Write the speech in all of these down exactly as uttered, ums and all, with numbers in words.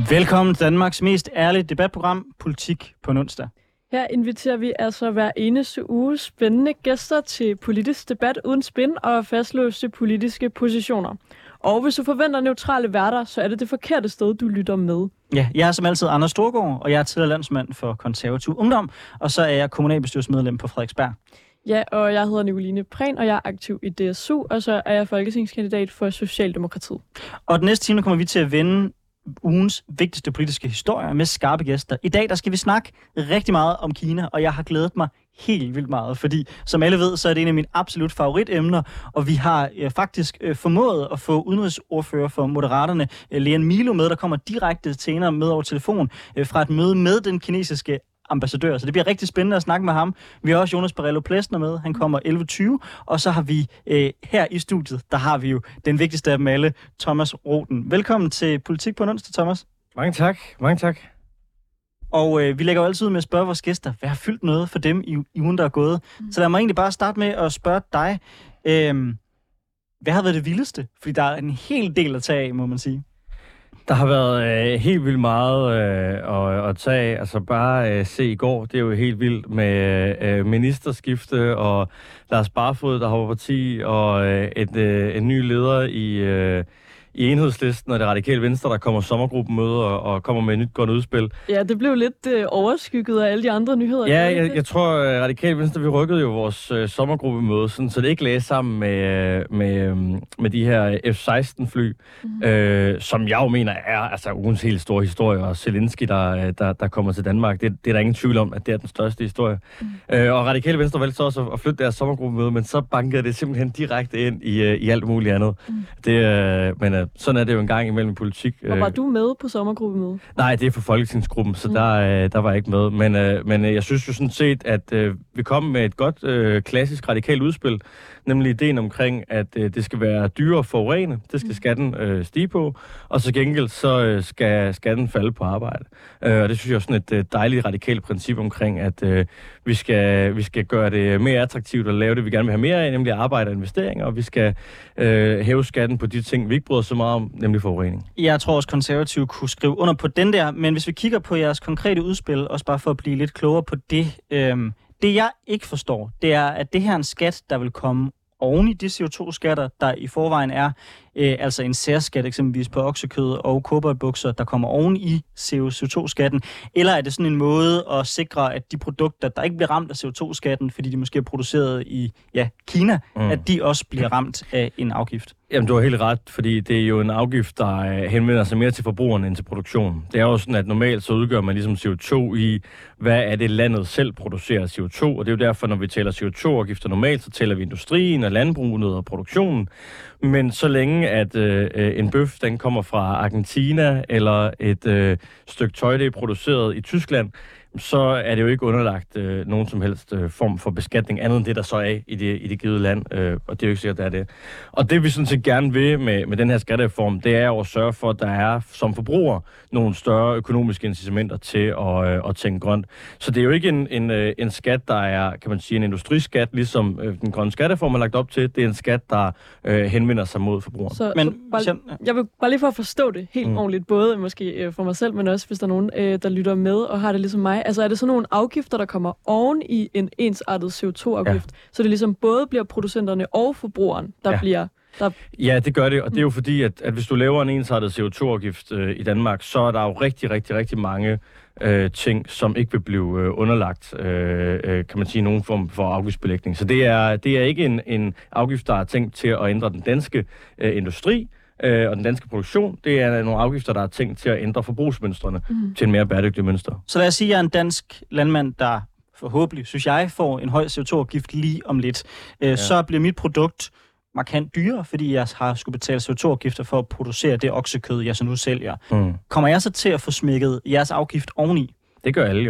Velkommen til Danmarks mest ærlige debatprogram, Politik på en onsdag. Her inviterer vi altså hver eneste uge spændende gæster til politisk debat uden spin og fastlåste politiske positioner. Og hvis du forventer neutrale værter, så er det det forkerte sted, du lytter med. Ja, jeg er som altid Anders Storgård, og jeg er tidligere landsmand for Konservativ Ungdom, og så er jeg kommunalbestyrelsesmedlem på Frederiksberg. Ja, og jeg hedder Nicoline Prehn, og jeg er aktiv i D S U, og så er jeg folketingskandidat for Socialdemokratiet. Og den næste time kommer vi til at vende ugens vigtigste politiske historier med skarpe gæster. I dag der skal vi snakke rigtig meget om Kina, og jeg har glædet mig helt vildt meget, fordi som alle ved, så er det en af mine absolut favoritemner, og vi har øh, faktisk øh, formået at få udenrigsordfører for Moderaterne, øh, Lean Milo, med, der kommer direkte senere med over telefon øh, fra et møde med den kinesiske ambassadør, så det bliver rigtig spændende at snakke med ham. Vi har også Jonas Barello Plesner med, han kommer elleve tyve, og så har vi øh, her i studiet, der har vi jo den vigtigste af dem alle, Thomas Roden. Velkommen til Politik på en onsdag, Thomas. Mange tak, mange tak. Og øh, vi lægger jo altid ud med at spørge vores gæster, hvad har fyldt noget for dem i, i ugen, der er gået? Mm. Så lad mig egentlig bare starte med at spørge dig, øh, hvad har været det vildeste? Fordi der er en hel del at tage af, må man sige. Der har været øh, helt vildt meget øh, at, at tage af. Altså bare øh, se i går, det er jo helt vildt med øh, ministerskifte og Lars Barfoed, der hopper parti, og øh, et, øh, en ny leder i, øh, i Enhedslisten og det radikale Venstre, der kommer sommergruppemøde og, og kommer med et nyt godt udspil. Ja, det blev lidt øh, overskygget af alle de andre nyheder. Ja, jeg, jeg tror, at radikale Venstre, vi rykkede jo vores øh, sommergruppemøde, sådan, så det ikke lagde sammen med, med, med de her F seksten fly, mm-hmm. øh, som jeg jo mener er altså ugens helt store historie, og Zelensky, der, der, der kommer til Danmark, det, det er der ingen tvivl om, at det er den største historie. Mm-hmm. Øh, og radikale Venstre valgte så også at, at flytte deres sommergruppemøde, men så bankede det simpelthen direkte ind i, øh, i alt muligt andet. Mm-hmm. Det, øh, men øh, sådan er det jo en gang imellem politik. Og var du med på sommergruppemødet? Nej, det er for folketingsgruppen, så mm. der, øh, der var jeg ikke med. Men, øh, men jeg synes jo sådan set, at øh, vi kom med et godt øh, klassisk radikalt udspil, nemlig ideen omkring, at øh, det skal være dyrere for forurene, det skal skatten øh, stige på, og så gengæld så øh, skal skatten falde på arbejde. Øh, og det synes jeg er sådan et øh, dejligt radikalt princip omkring, at øh, vi, skal, vi skal gøre det mere attraktivt at lave det, vi gerne vil have mere af, nemlig arbejde og investeringer, og vi skal øh, hæve skatten på de ting, vi ikke bryder så meget om, nemlig forurening. Jeg tror også, Konservative kunne skrive under på den der, men hvis vi kigger på jeres konkrete udspil, også bare for at blive lidt klogere på det, øhm, det jeg ikke forstår, det er, at det her er en skat, der vil komme oven i de C O to skatter, der i forvejen er, øh, altså en særskat eksempelvis på oksekød og cowboybukser, der kommer oven i C O to skatten, eller er det sådan en måde at sikre, at de produkter, der ikke bliver ramt af C O to skatten, fordi de måske er produceret i ja, Kina, mm. at de også bliver ramt af en afgift? Jamen, du har helt ret, fordi det er jo en afgift, der henvender sig mere til forbrugerne end til produktionen. Det er jo sådan, at normalt så udgør man ligesom C O to i, hvad er det landet selv producerer C O to, og det er jo derfor, når vi tæller C O to afgifter normalt, så tæller vi industrien og landbruget og produktionen. Men så længe, at øh, en bøf, den kommer fra Argentina, eller et øh, stykke tøj, det er produceret i Tyskland, så er det jo ikke underlagt øh, nogen som helst øh, form for beskatning, andet end det, der så er i det, i det givet land, øh, og det er jo ikke sikkert, det er det. Og det, vi sådan set gerne vil med, med den her skattereform, det er jo at sørge for, at der er som forbruger nogle større økonomiske incitamenter til at, øh, at tænke grønt. Så det er jo ikke en, en, øh, en skat, der er, kan man sige, en industriskat, ligesom øh, den grønne skattereform er lagt op til. Det er en skat, der øh, henvender sig mod forbrugeren. Så, men, så bare, jeg vil bare lige for at forstå det helt mm. ordentligt, både måske øh, for mig selv, men også hvis der er nogen, øh, der lytter med og har det ligesom mig. Altså er det sådan nogle afgifter, der kommer oven i en ensartet C O to afgift, ja. Så det ligesom både bliver producenterne og forbrugeren, der ja. bliver... Der... Ja, det gør det, og det er jo fordi, at, at hvis du laver en ensartet C O to afgift øh, i Danmark, så er der jo rigtig, rigtig, rigtig mange øh, ting, som ikke vil blive øh, underlagt, øh, øh, kan man sige, nogen form for afgiftsbelægning. Så det er, det er ikke en, en afgift, der er tænkt til at ændre den danske øh, industri, og den danske produktion, det er nogle afgifter, der er tænkt til at ændre forbrugsmønstrene mm. til en mere bæredygtig mønster. Så lad os sige, at jeg er en dansk landmand, der forhåbentlig, synes jeg, får en høj C O to afgift lige om lidt. Ja. Så bliver mit produkt markant dyrere, fordi jeg har skulle betale C O to afgifter for at producere det oksekød, jeg så nu sælger. Mm. Kommer jeg så til at få smækket jeres afgift oveni? Det gør alle jo.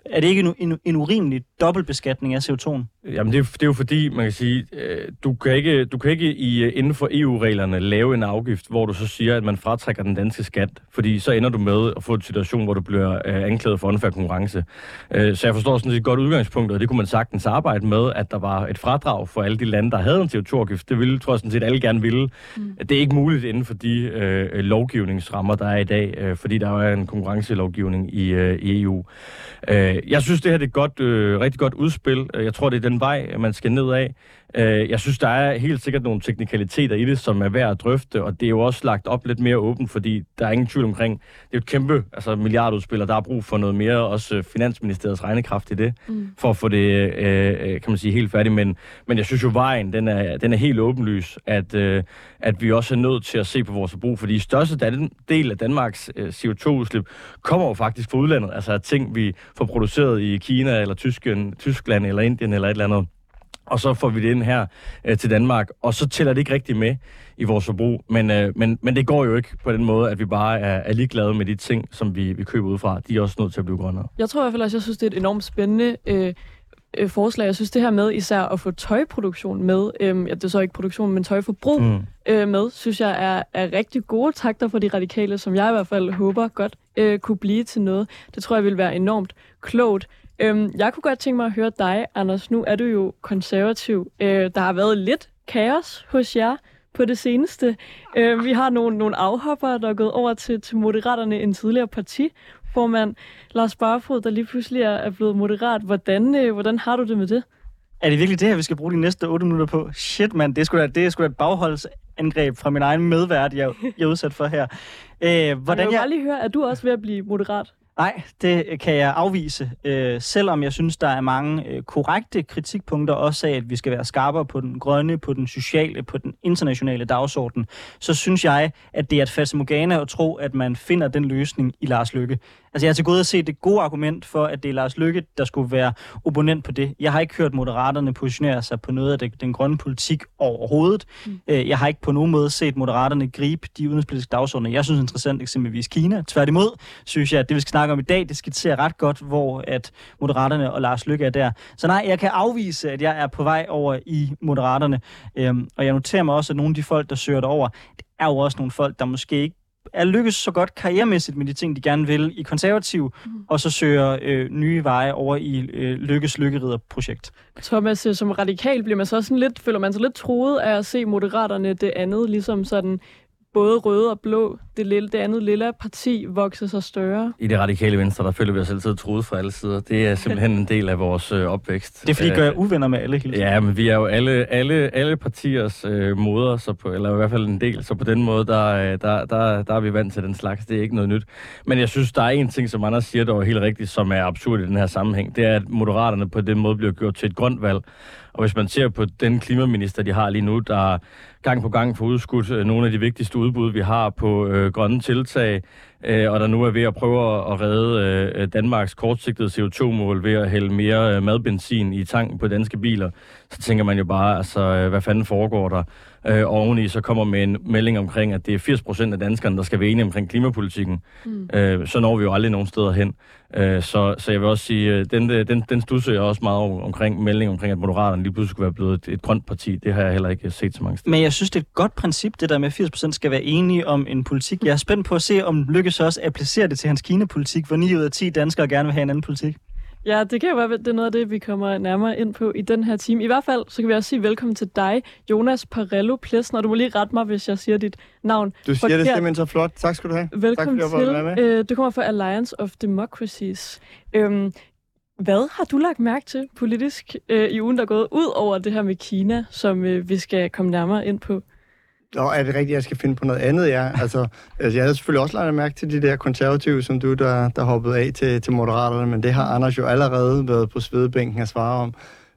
er det ikke en, en, en urimelig dobbeltbeskatning af C O to'en? Jamen, det er, det er jo fordi, man kan sige, øh, du kan ikke, du kan ikke i, inden for E U-reglerne lave en afgift, hvor du så siger, at man fratrækker den danske skat, fordi så ender du med at få en situation, hvor du bliver øh, anklaget for unfair konkurrence. Øh, så jeg forstår sådan et godt udgangspunkt, og det kunne man sagtens arbejde med, at der var et fradrag for alle de lande, der havde en C O to-afgift. Det ville, tror jeg sådan set, alle gerne ville. Mm. Det er ikke muligt inden for de øh, lovgivningsrammer, der er i dag, øh, fordi der er en konkurrencelovgivning i, øh, i E U. Øh, jeg synes, det her er et godt, øh, rigtig godt udspil. Jeg tror, det er den vej, man skal ned af. Jeg synes, der er helt sikkert nogle teknikaliteter i det, som er værd at drøfte, og det er jo også lagt op lidt mere åbent, fordi der er ingen tvivl omkring, det er jo et kæmpe altså milliardudspil, og der er brug for noget mere, også Finansministeriets regnekraft i det, mm. for at få det, øh, kan man sige, helt færdigt. Men, men jeg synes jo, vejen, den er, den er helt åbenlys, at, øh, at vi også er nødt til at se på vores forbrug, fordi største del af Danmarks øh, C O to-udslip kommer jo faktisk fra udlandet, altså ting, vi får produceret i Kina, eller Tyskland, Tyskland eller Indien, eller et eller andet. Og så får vi det ind her øh, til Danmark, og så tæller det ikke rigtig med i vores forbrug. Men, øh, men, men det går jo ikke på den måde, at vi bare er, er ligeglade med de ting, som vi, vi køber udefra. De er også nødt til at blive grønnere. Jeg tror i hvert fald også, jeg synes, det er et enormt spændende øh, øh, forslag. Jeg synes det her med især at få tøjproduktion med, øh, ja, det er så ikke produktion, men tøjforbrug mm. øh, med, synes jeg er, er rigtig gode takter for de radikale, som jeg i hvert fald håber godt øh, kunne blive til noget. Det tror jeg vil være enormt klogt. Jeg kunne godt tænke mig at høre dig, Anders. Nu er du jo konservativ. Der har været lidt kaos hos jer på det seneste. Vi har nogle, nogle afhoppere, der er gået over til, til Moderaterne, en tidligere partiformand, Lars Barfoed, der lige pludselig er blevet moderat. Hvordan, hvordan har du det med det? Er det virkelig det her, vi skal bruge de næste otte minutter på? Shit, mand, det er sgu da, det er sgu da et bagholdsangreb fra min egen medvært, jeg, jeg er udsat for her. Øh, hvordan jeg vil jeg... bare lige høre, er du også ved at blive moderat? Nej, det kan jeg afvise, øh, selvom jeg synes, der er mange øh, korrekte kritikpunkter, også af, at vi skal være skarpere på den grønne, på den sociale, på den internationale dagsorden, så synes jeg, at det er et fatamorgana at tro, at man finder den løsning i Lars Løkke. Altså jeg har til gode at se det gode argument for, at det er Lars Løkke, der skulle være opponent på det. Jeg har ikke hørt Moderaterne positionere sig på noget af det, den grønne politik overhovedet. Mm. Jeg har ikke på nogen måde set Moderaterne gribe de udenrigspolitiske dagsordener. Jeg synes interessant eksempelvis Kina. Tværtimod synes jeg, at det vi skal snakke om i dag, det skitserer ret godt, hvor at Moderaterne og Lars Løkke er der. Så nej, jeg kan afvise, at jeg er på vej over i Moderaterne. Øhm, og jeg noterer mig også, at nogle af de folk, der søger derover, det er jo også nogle folk, der måske ikke er lykkes så godt karrieremæssigt med de ting, de gerne vil i konservativ, mm. og så søger øh, nye veje over i øh, Lykkes Lykkerider-projekt. Thomas, som radikal bliver man så sådan lidt, føler man sig lidt truet af at se Moderaterne det andet, ligesom sådan både røde og blå, det, lille, det andet lille parti vokser sig større. I det radikale venstre, der føler vi os altid truet fra alle sider. Det er simpelthen en del af vores øh, opvækst. Det er fordi, I gør uvenner med alle hele tiden. Ja, men vi er jo alle, alle, alle partiers øh, moder, så på, eller i hvert fald en del, så på den måde, der, der, der, der er vi vant til den slags. Det er ikke noget nyt. Men jeg synes, der er en ting, som Anders siger, der er helt rigtigt, som er absurd i den her sammenhæng. Det er, at Moderaterne på den måde bliver gjort til et grønt valg. Og hvis man ser på den klimaminister, de har lige nu, der gang på gang får udskudt øh, nogle af de vigtigste udbud, vi har på øh, grønne tiltag, øh, og der nu er ved at prøve at redde øh, Danmarks kortsigtede C O to-mål ved at hælde mere øh, madbenzin i tanken på danske biler, så tænker man jo bare, altså, øh, hvad fanden foregår der? Øh, oveni så kommer med en melding omkring, at det er firs procent af danskerne, der skal være enige omkring klimapolitikken. Mm. Øh, så når vi jo aldrig nogen steder hen. Øh, så, så jeg vil også sige, den, den, den studser jeg også meget omkring melding omkring, at Moderaterne lige pludselig skulle være blevet et, et grønt parti. Det har jeg heller ikke set så mange steder. Men jeg synes, det er et godt princip, det der med, at firs procent skal være enige om en politik. Jeg er spændt på at se, om Lykkes også applicerer det til hans Kina-politik, hvor ni ud af ti danskere gerne vil have en anden politik. Ja, det kan jo være, det er noget af det, vi kommer nærmere ind på i den her time. I hvert fald, så kan vi også sige velkommen til dig, Jonas Parello Plesner. Du må lige rette mig, hvis jeg siger dit navn. Du siger forkert. Det simpelthen så flot. Tak skal du have. Velkommen tak, til. Øh, du kommer fra Alliance of Democracies. Øhm, hvad har du lagt mærke til politisk øh, i ugen, der er gået ud over det her med Kina, som øh, vi skal komme nærmere ind på? Nå, er det rigtigt, at jeg skal finde på noget andet, ja? Altså, altså jeg havde selvfølgelig også lagt mærke til de der konservative, som du, der, der hoppede af til, til Moderaterne, men det har Anders jo allerede været på svedebænken at svare om.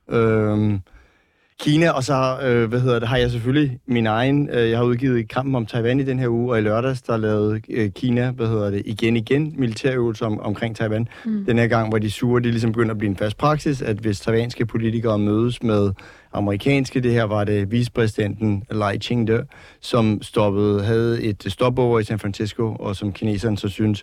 Øhm, Kina, og så, øh, hvad hedder det, har jeg selvfølgelig min egen, øh, jeg har udgivet Kampen om Taiwan i den her uge, og i lørdags, der lavede øh, Kina, hvad hedder det, igen igen militærøvelser om, omkring Taiwan. Mm. Den her gang, hvor de sure, de ligesom begynder at blive en fast praksis, at hvis taiwanske politikere mødes med amerikanske, det her var det vicepræsidenten Lai Ching-te, som stoppede, havde et stopover i San Francisco, og som kineserne så synes,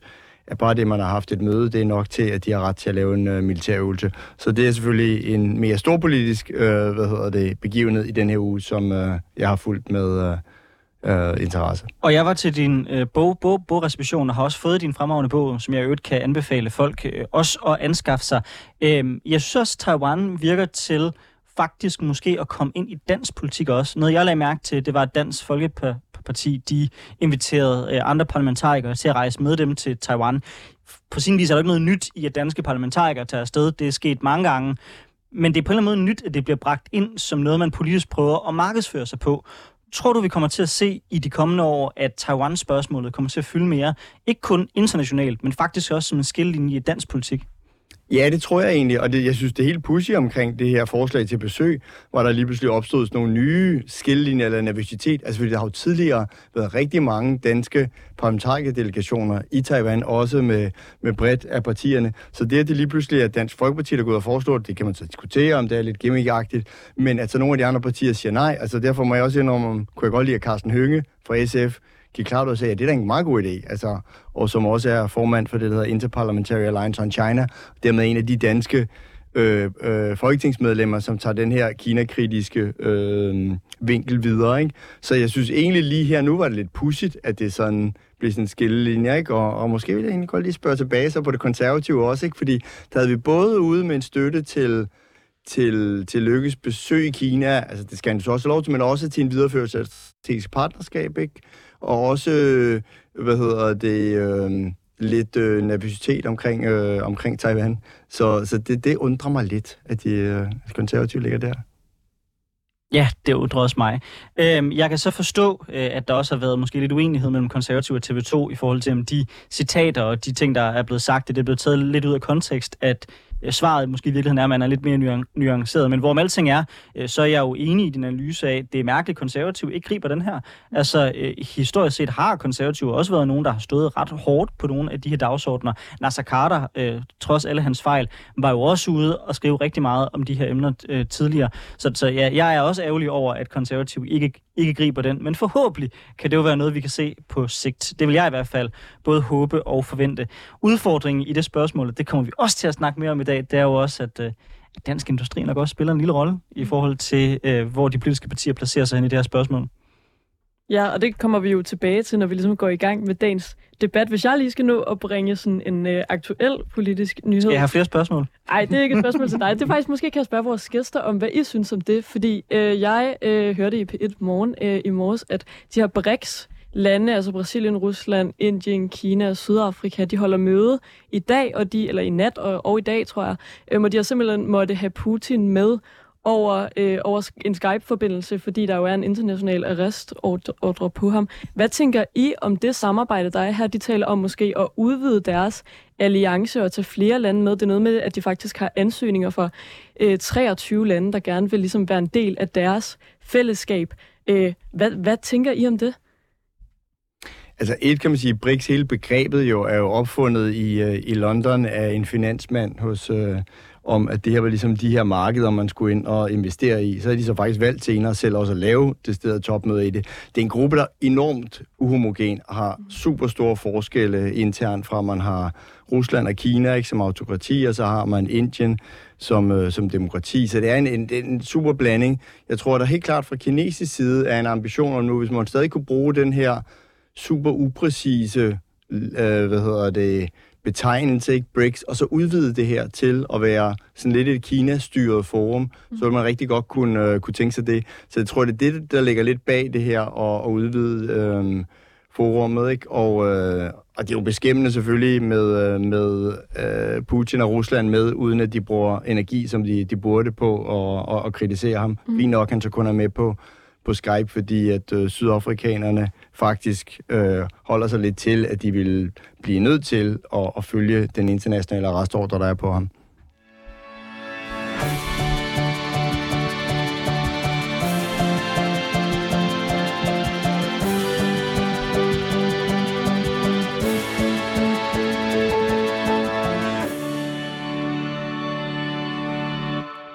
at bare det, man har haft et møde, det er nok til, at de har ret til at lave en uh, militærøvelse. Så det er selvfølgelig en mere storpolitisk uh, hvad hedder det, begivenhed i den her uge, som uh, jeg har fulgt med uh, uh, interesse. Og jeg var til din uh, bog, bog, bogreception og har også fået din fremragende bog, som jeg i øvrigt kan anbefale folk uh, også at anskaffe sig. Uh, jeg synes også, Taiwan virker til faktisk måske at komme ind i dansk politik også. Noget, jeg lagde mærke til, det var, at Dansk Folkeparti, de inviterede øh, andre parlamentarikere til at rejse med dem til Taiwan. På sin vis er der ikke noget nyt i, at danske parlamentarikere tager afsted. Det er sket mange gange. Men det er på en eller anden måde nyt, at det bliver bragt ind som noget, man politisk prøver at markedsføre sig på. Tror du, vi kommer til at se i de kommende år, at Taiwan-spørgsmålet kommer til at fylde mere? Ikke kun internationalt, men faktisk også som en skillelinje i dansk politik. Ja, det tror jeg egentlig, og det, jeg synes, det er helt pudsigt omkring det her forslag til besøg, hvor der lige pludselig opstod sådan nogle nye skillelinjer eller nervøsitet. Altså, fordi der har jo tidligere været rigtig mange danske parlamentarikerdelegationer i Taiwan, også med, med bredt af partierne. Så det, at det lige pludselig er Dansk Folkeparti, der går ud og foreslår, det kan man så diskutere, om det er lidt gimmickagtigt, men at så nogle af de andre partier siger nej. Altså, derfor må jeg også indrømme, kunne jeg godt lide, at Carsten Hønge fra S F gik klart ud og sagde, at det er da en meget god idé, altså, og som også er formand for det, der hedder Interparliamentary Alliance on China, dermed en af de danske øh, øh, folketingsmedlemmer, som tager den her Kina-kritiske øh, vinkel videre, ikke? Så jeg synes egentlig lige her nu var det lidt pudsigt, at det sådan blev sådan en skillelinje, ikke? Og, og måske vil jeg egentlig godt lige spørge tilbage så på det konservative også, ikke? Fordi der havde vi både ude med en støtte til til, til Lykkes besøg i Kina, altså det skal han så også lov til, men også til en videreførelse af strategisk partnerskab, ikke? Og også, hvad hedder det, øh, lidt øh, nervøsitet omkring, øh, omkring Taiwan. Så, så det, det undrer mig lidt, at de øh, konservative ligger der. Ja, det undrer også mig. Øhm, jeg kan så forstå, øh, at der også har været måske lidt uenighed mellem konservative og T V to i forhold til, om de citater og de ting, der er blevet sagt, det er blevet taget lidt ud af kontekst, at svaret måske i virkeligheden er, at man er lidt mere nuanceret. Men hvorom alting er, så er jeg jo enig i din analyse af, at det er mærkeligt, at konservative ikke griber den her. Altså, historisk set har konservative også været nogen, der har stået ret hårdt på nogle af de her dagsordner. Nasser Carter, øh, trods alle hans fejl, var jo også ude og skrive rigtig meget om de her emner øh, tidligere. Så, så ja, jeg er også ærgerlig over, at konservative ikke, ikke griber den. Men forhåbentlig kan det jo være noget, vi kan se på sigt. Det vil jeg i hvert fald både håbe og forvente. Udfordringen i det spørgsmål, det kommer vi også til at snakke mere om i dag, det er jo også, at, øh, at dansk industri nok også spiller en lille rolle i forhold til, øh, hvor de politiske partier placerer sig hen i det her spørgsmål. Ja, og det kommer vi jo tilbage til, når vi ligesom går i gang med dagens debat. Hvis jeg lige skal nå at bringe sådan en øh, aktuel politisk nyhed. Skal jeg have flere spørgsmål? Nej, det er ikke et spørgsmål til dig. Det er faktisk, måske kan jeg spørge vores gæster om, hvad I synes om det. Fordi øh, jeg øh, hørte i P et Morgen øh, i morges, at de her B R I C S lande, altså Brasilien, Rusland, Indien, Kina og Sydafrika, de holder møde i dag, og de, eller i nat og, og i dag, tror jeg, øh, og de har simpelthen måtte have Putin med over, øh, over en Skype-forbindelse, fordi der jo er en international arrestordre på ham. Hvad tænker I om det samarbejde, der er her? De taler om måske at udvide deres alliance og tage flere lande med. Det er noget med, at de faktisk har ansøgninger for øh, treogtyve lande, der gerne vil ligesom være en del af deres fællesskab. Øh, hvad, hvad tænker I om det? Altså et kan man sige, B R I C S, hele begrebet jo er jo opfundet i, uh, i London af en finansmand hos, uh, om at det her var ligesom de her markeder, man skulle ind og investere i. Så har de så faktisk valgt senere selv også at lave det sted topmøde i det. Det er en gruppe, der er enormt uhomogen og har super store forskelle internt fra, man har Rusland og Kina ikke, som autokrati, og så har man Indien som, uh, som demokrati. Så det er en, en, en super blanding. Jeg tror, der helt klart fra kinesisk side er en ambition om nu, hvis man stadig kunne bruge den her super upræcise øh, hvad hedder det, betegnelse, ikke, B R I C S, og så udvide det her til at være sådan lidt et Kina-styret forum, mm. så vil man rigtig godt kunne, øh, kunne tænke sig det. Så jeg tror, det er det, der ligger lidt bag det her, og, og udvide øh, forummet, ikke? Og, øh, og det er jo beskæmmende selvfølgelig med, øh, med øh, Putin og Rusland med, uden at de bruger energi, som de, de burde på, og, og, og kritisere ham. Mm. Fint nok, han så kun er med på på Skype, fordi at øh, sydafrikanerne faktisk øh, holder sig lidt til, at de vil blive nødt til at, at følge den internationale arrestordre, der er på ham.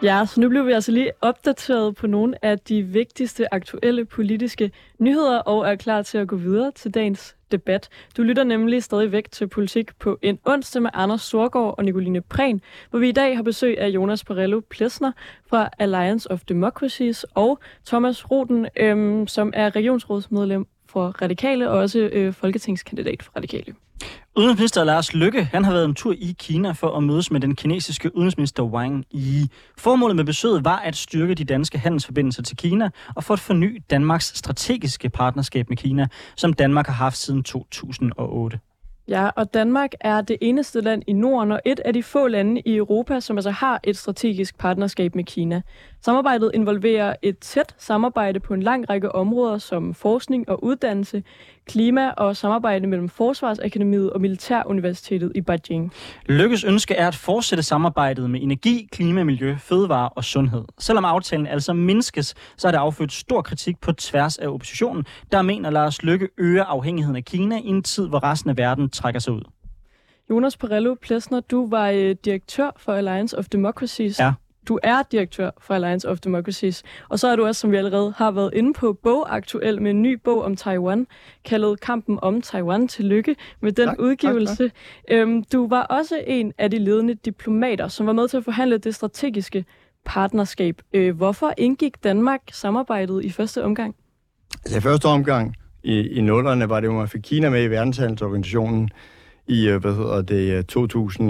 Ja, så nu bliver vi altså lige opdateret på nogle af de vigtigste aktuelle politiske nyheder og er klar til at gå videre til dagens debat. Du lytter nemlig stadig væk til Politik på en onsdag med Anders Storgård og Nicoline Prehn, hvor vi i dag har besøg af Jonas Parello Plesner fra Alliance of Democracies og Thomas Roden, øhm, som er regionsrådsmedlem for Radikale og også øh, folketingskandidat for Radikale. Udenrigsminister Lars Løkke, han har været en tur i Kina for at mødes med den kinesiske udenrigsminister Wang Yi. Formålet med besøget var at styrke de danske handelsforbindelser til Kina og for at forny Danmarks strategiske partnerskab med Kina, som Danmark har haft siden to tusind og otte. Ja, og Danmark er det eneste land i Norden og et af de få lande i Europa, som altså har et strategisk partnerskab med Kina. Samarbejdet involverer et tæt samarbejde på en lang række områder som forskning og uddannelse, klima og samarbejde mellem Forsvarsakademiet og Militæruniversitetet i Beijing. Løkkes ønske er at fortsætte samarbejdet med energi, klima, miljø, fødevare og sundhed. Selvom aftalen altså mindskes, så er det affødt stor kritik på tværs af oppositionen, der mener Lars Løkke øger afhængigheden af Kina i en tid, hvor resten af verden trækker sig ud. Jonas Parello Plesner, du var øh, direktør for Alliance of Democracies. Ja. Du er direktør for Alliance of Democracies, og så er du også, som vi allerede har været inde på, bogaktuel med en ny bog om Taiwan, kaldet Kampen om Taiwan. Tillykke med den tak, udgivelse. Tak, tak. Øhm, du var også en af de ledende diplomater, som var med til at forhandle det strategiske partnerskab. Øh, hvorfor indgik Danmark samarbejdet i første omgang? Altså i første omgang, i, i nullerne, var det jo, man fik Kina med i verdenshandelsorganisationen i, hvad hedder det, to tusind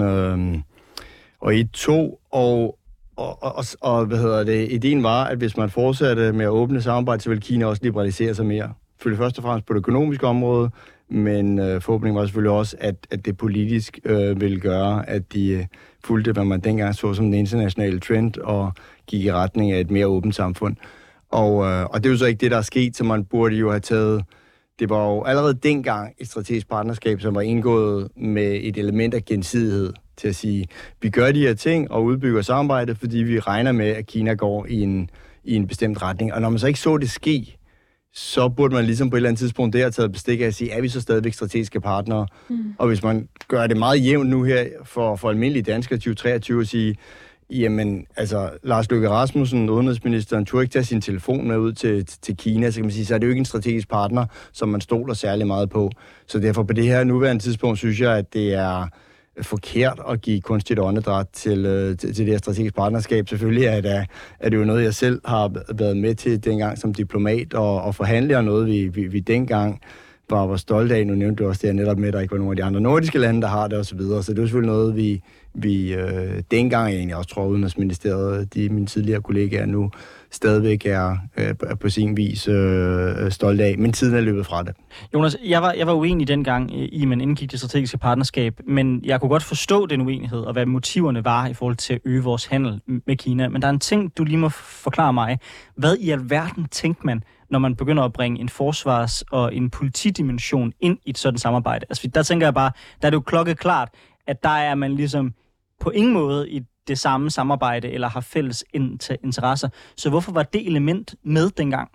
og et-to, og Og, og, og hvad hedder det, ideen var, at hvis man fortsatte med at åbne samarbejde, så ville Kina også liberalisere sig mere. Selvfølgelig først og fremmest på det økonomiske område, men øh, forhåbningen var selvfølgelig også, at, at det politisk øh, ville gøre, at de øh, fulgte, hvad man dengang så som den internationale trend, og gik i retning af et mere åbent samfund. Og, øh, og det er jo så ikke det, der er sket, så man burde jo have taget. Det var jo allerede dengang et strategisk partnerskab, som var indgået med et element af gensidighed, til at sige, vi gør de her ting og udbygger samarbejdet, fordi vi regner med, at Kina går i en, i en bestemt retning. Og når man så ikke så det ske, så burde man ligesom på et eller andet tidspunkt der have taget bestik af at sige, er vi så stadigvæk strategiske partnere? Mm. Og hvis man gør det meget jævnt nu her for, for almindelige danskere tyve treogtyve at sige, jamen, altså, Lars Løkke Rasmussen, udenrigsministeren, turde ikke tage sin telefon med ud til, til Kina, så kan man sige, så er det jo ikke en strategisk partner, som man stoler særlig meget på. Så derfor på det her nuværende tidspunkt, synes jeg, at det er forkert at give kunstigt åndedræt til, til, til det her strategiske partnerskab. Selvfølgelig er det, er det jo noget, jeg selv har været med til dengang som diplomat og, og forhandler, noget vi, vi, vi dengang var, var stolte af. Nu nævnte du også det her netop med, at der ikke var nogen af de andre nordiske lande, der har det osv. Så, så det er selvfølgelig noget, vi, vi øh, dengang egentlig også tror, Udenrigsministeriet, de mine tidligere kollegaer nu stadigvæk er, øh, er på sin vis øh, stolte af, men tiden er løbet fra det. Jonas, jeg var, jeg var uenig dengang i, at man indgik det strategiske partnerskab, men jeg kunne godt forstå den uenighed, og hvad motiverne var i forhold til at øge vores handel med Kina. Men der er en ting, du lige må forklare mig. Hvad i alverden tænkte man, når man begynder at bringe en forsvars- og en politidimension ind i et sådan samarbejde? Altså, der tænker jeg bare, der er det jo klokket klart, at der er man ligesom på ingen måde i det samme samarbejde, eller har fælles interesser. Så hvorfor var det element med dengang?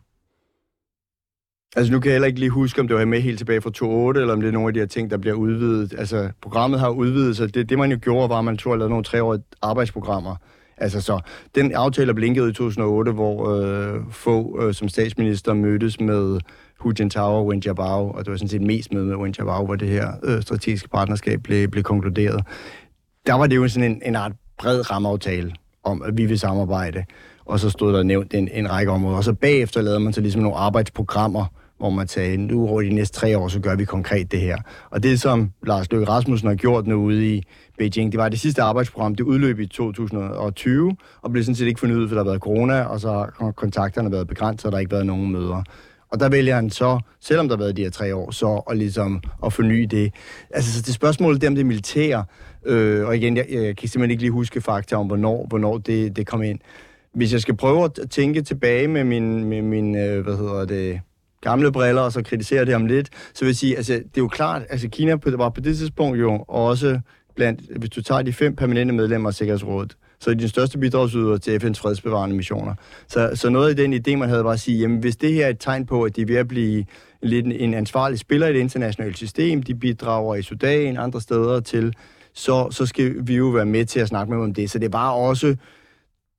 Altså nu kan jeg heller ikke lige huske, om det var med helt tilbage fra to tusind og otte, eller om det er nogle af de her ting, der bliver udvidet. Altså programmet har udvidet sig. Det, det man jo gjorde, var, at man tog at lave nogle treårige arbejdsprogrammer. Altså så, den aftale, der blev indgået i to tusind og otte, hvor øh, få øh, som statsminister mødtes med Hu Jintao og Wen Jiabao, og det var sådan set mest med med Wen Jiabao, hvor det her øh, strategiske partnerskab blev, blev konkluderet. Der var det jo sådan en, en art bred rammeaftale om, at vi vil samarbejde, og så stod der nævnt en, en række områder. Og så bagefter lavede man så ligesom nogle arbejdsprogrammer, hvor man sagde, nu over de næste tre år, så gør vi konkret det her. Og det, som Lars Løkke Rasmussen har gjort nu ude i Beijing, det var det sidste arbejdsprogram, det udløb i to tusind og tyve, og blev sådan set ikke fornyet, for der har været corona, og så har kontakterne været begrænset, og der har ikke været nogen møder. Og der vælger han så, selvom der har været de her tre år, så at, ligesom, at forny det. Altså, så det spørgsmål det om det militære, øh, og igen, jeg, jeg kan simpelthen ikke lige huske fakta om, hvornår, hvornår det, det kom ind. Hvis jeg skal prøve at tænke tilbage med min, med min øh, hvad hedder det, gamle briller, og så kritisere det om lidt, så vil jeg sige, altså, det er jo klart, altså Kina var på det tidspunkt jo også blandt, hvis du tager de fem permanente medlemmer af Sikkerhedsrådet, så er de den største bidragsyder til F N's fredsbevarende missioner. Så, så noget af den idé, man havde, var at sige, jamen hvis det her er et tegn på, at de er ved at blive lidt en ansvarlig spiller i det internationale system, de bidrager i Sudan, andre steder til, så, så skal vi jo være med til at snakke med dem om det. Så det var også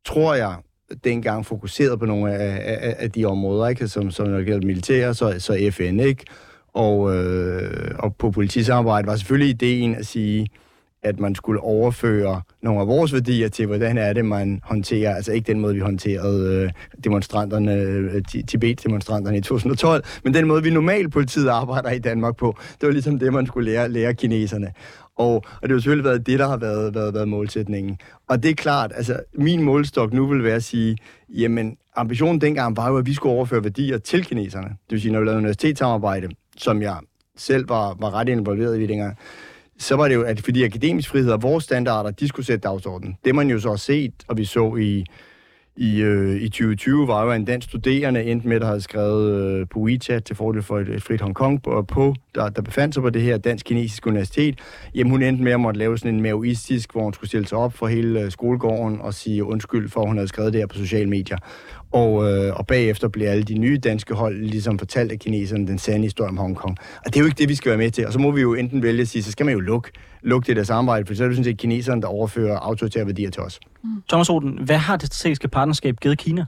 tror jeg, dengang fokuseret på nogle af, af, af de områder, ikke? Som, som når det gælder militær, så, så F N, ikke? Og, øh, og på politisamarbejde var selvfølgelig ideen at sige, at man skulle overføre nogle af vores værdier til, hvordan er det, man håndterer, altså ikke den måde, vi håndterede øh, demonstranterne, øh, Tibet-demonstranterne i to tusind og tolv, men den måde, vi normalt politiet arbejder i Danmark på. Det var ligesom det, man skulle lære, lære kineserne. Og, og det har selvfølgelig været det, der har været, været, været målsætningen. Og det er klart, altså min målstok nu vil være at sige, jamen ambitionen dengang var jo, at vi skulle overføre værdier til kineserne. Det vil sige, når vi lavede universitetssamarbejde, som jeg selv var, var ret involveret i dengang, så var det jo, at fordi akademisk frihed og vores standarder, de skulle sætte dagsordenen. Det man jo så har set, og vi så i, i, øh, i tyve tyve, var jo, at en dansk studerende endte med, der havde skrevet øh, på WeChat til fordel for et, et frit Hongkong, på, på der, der befandt sig på det her dansk-kinesiske universitet. Jamen hun endte med at måtte lave sådan en maoistisk, hvor hun skulle stille sig op for hele øh, skolegården og sige undskyld for, at hun havde skrevet det her på sociale medier. Og, øh, og bagefter blev alle de nye danske hold ligesom fortalt af kineserne den sande historie om Hongkong. Og det er jo ikke det, vi skal være med til. Og så må vi jo enten vælge at sige, så skal man jo lukke, lukke det der samarbejde, for så er det sådan set kineserne, der overfører autoritære værdier til os. Mm. Thomas Roden, hvad har det strategiske partnerskab givet Kina?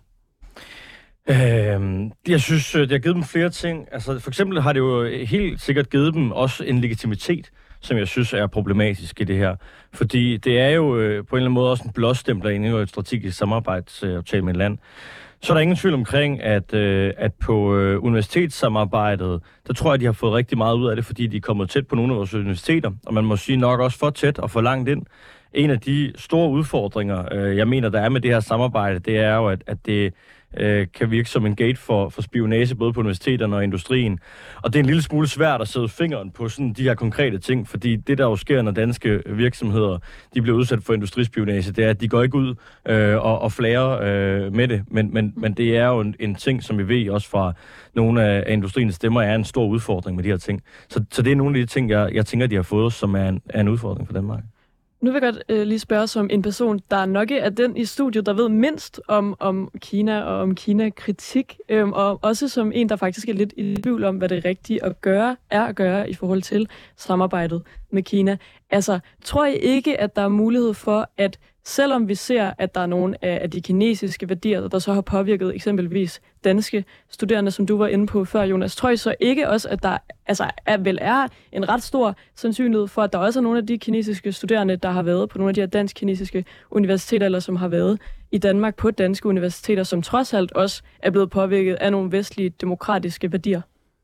Øhm, jeg synes, det har givet dem flere ting. Altså, for eksempel har det jo helt sikkert givet dem også en legitimitet, som jeg synes er problematisk i det her. Fordi det er jo øh, på en eller anden måde også en blåstempler ind i et strategisk samarbejdsaftale med et land. Så er der ingen tvivl omkring, at, øh, at på øh, universitetssamarbejdet, der tror jeg, de har fået rigtig meget ud af det, fordi de er kommet tæt på nogle af vores universiteter, og man må sige nok også for tæt og for langt ind. En af de store udfordringer, øh, jeg mener, der er med det her samarbejde, det er jo, at, at det øh, kan virke som en gate for, for spionage, både på universiteterne og industrien. Og det er en lille smule svært at sætte fingeren på sådan de her konkrete ting, fordi det, der jo sker, når danske virksomheder de bliver udsat for industrispionage, det er, at de går ikke ud øh, og, og flager øh, med det. Men, men, men det er jo en, en ting, som vi ved også fra nogle af industriens stemmer, er en stor udfordring med de her ting. Så, så det er nogle af de ting, jeg, jeg tænker, de har fået, som er en, er en udfordring for Danmark. Nu vil jeg godt øh, lige spørge som en person, der nok er den i studiet, der ved mindst om, om Kina og om Kina-kritik, øh, og også som en, der faktisk er lidt i tvivl om, hvad det rigtige at gøre, er at gøre i forhold til samarbejdet med Kina. Altså, tror I ikke, at der er mulighed for, at selvom vi ser, at der er nogle af de kinesiske værdier, der så har påvirket eksempelvis danske studerende, som du var inde på før, Jonas, tror I så ikke også, at der altså, er, vel er en ret stor sandsynlighed for, at der også er nogle af de kinesiske studerende, der har været på nogle af de her dansk-kinesiske universiteter, eller som har været i Danmark på danske universiteter, som trods alt også er blevet påvirket af nogle vestlige demokratiske værdier?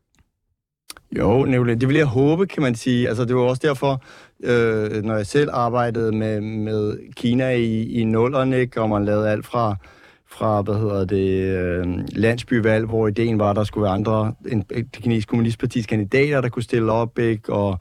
Jo, Nicolai, det vil jeg håbe, kan man sige. Altså, det var også derfor, øh, når jeg selv arbejdede med, med Kina i, i nullerne, ikke, og man lavede alt fra, fra hvad hedder det, øh, landsbyvalg, hvor ideen var, at der skulle være andre, en, det kinesiske kommunistpartis kandidater, der kunne stille op, ikke, og,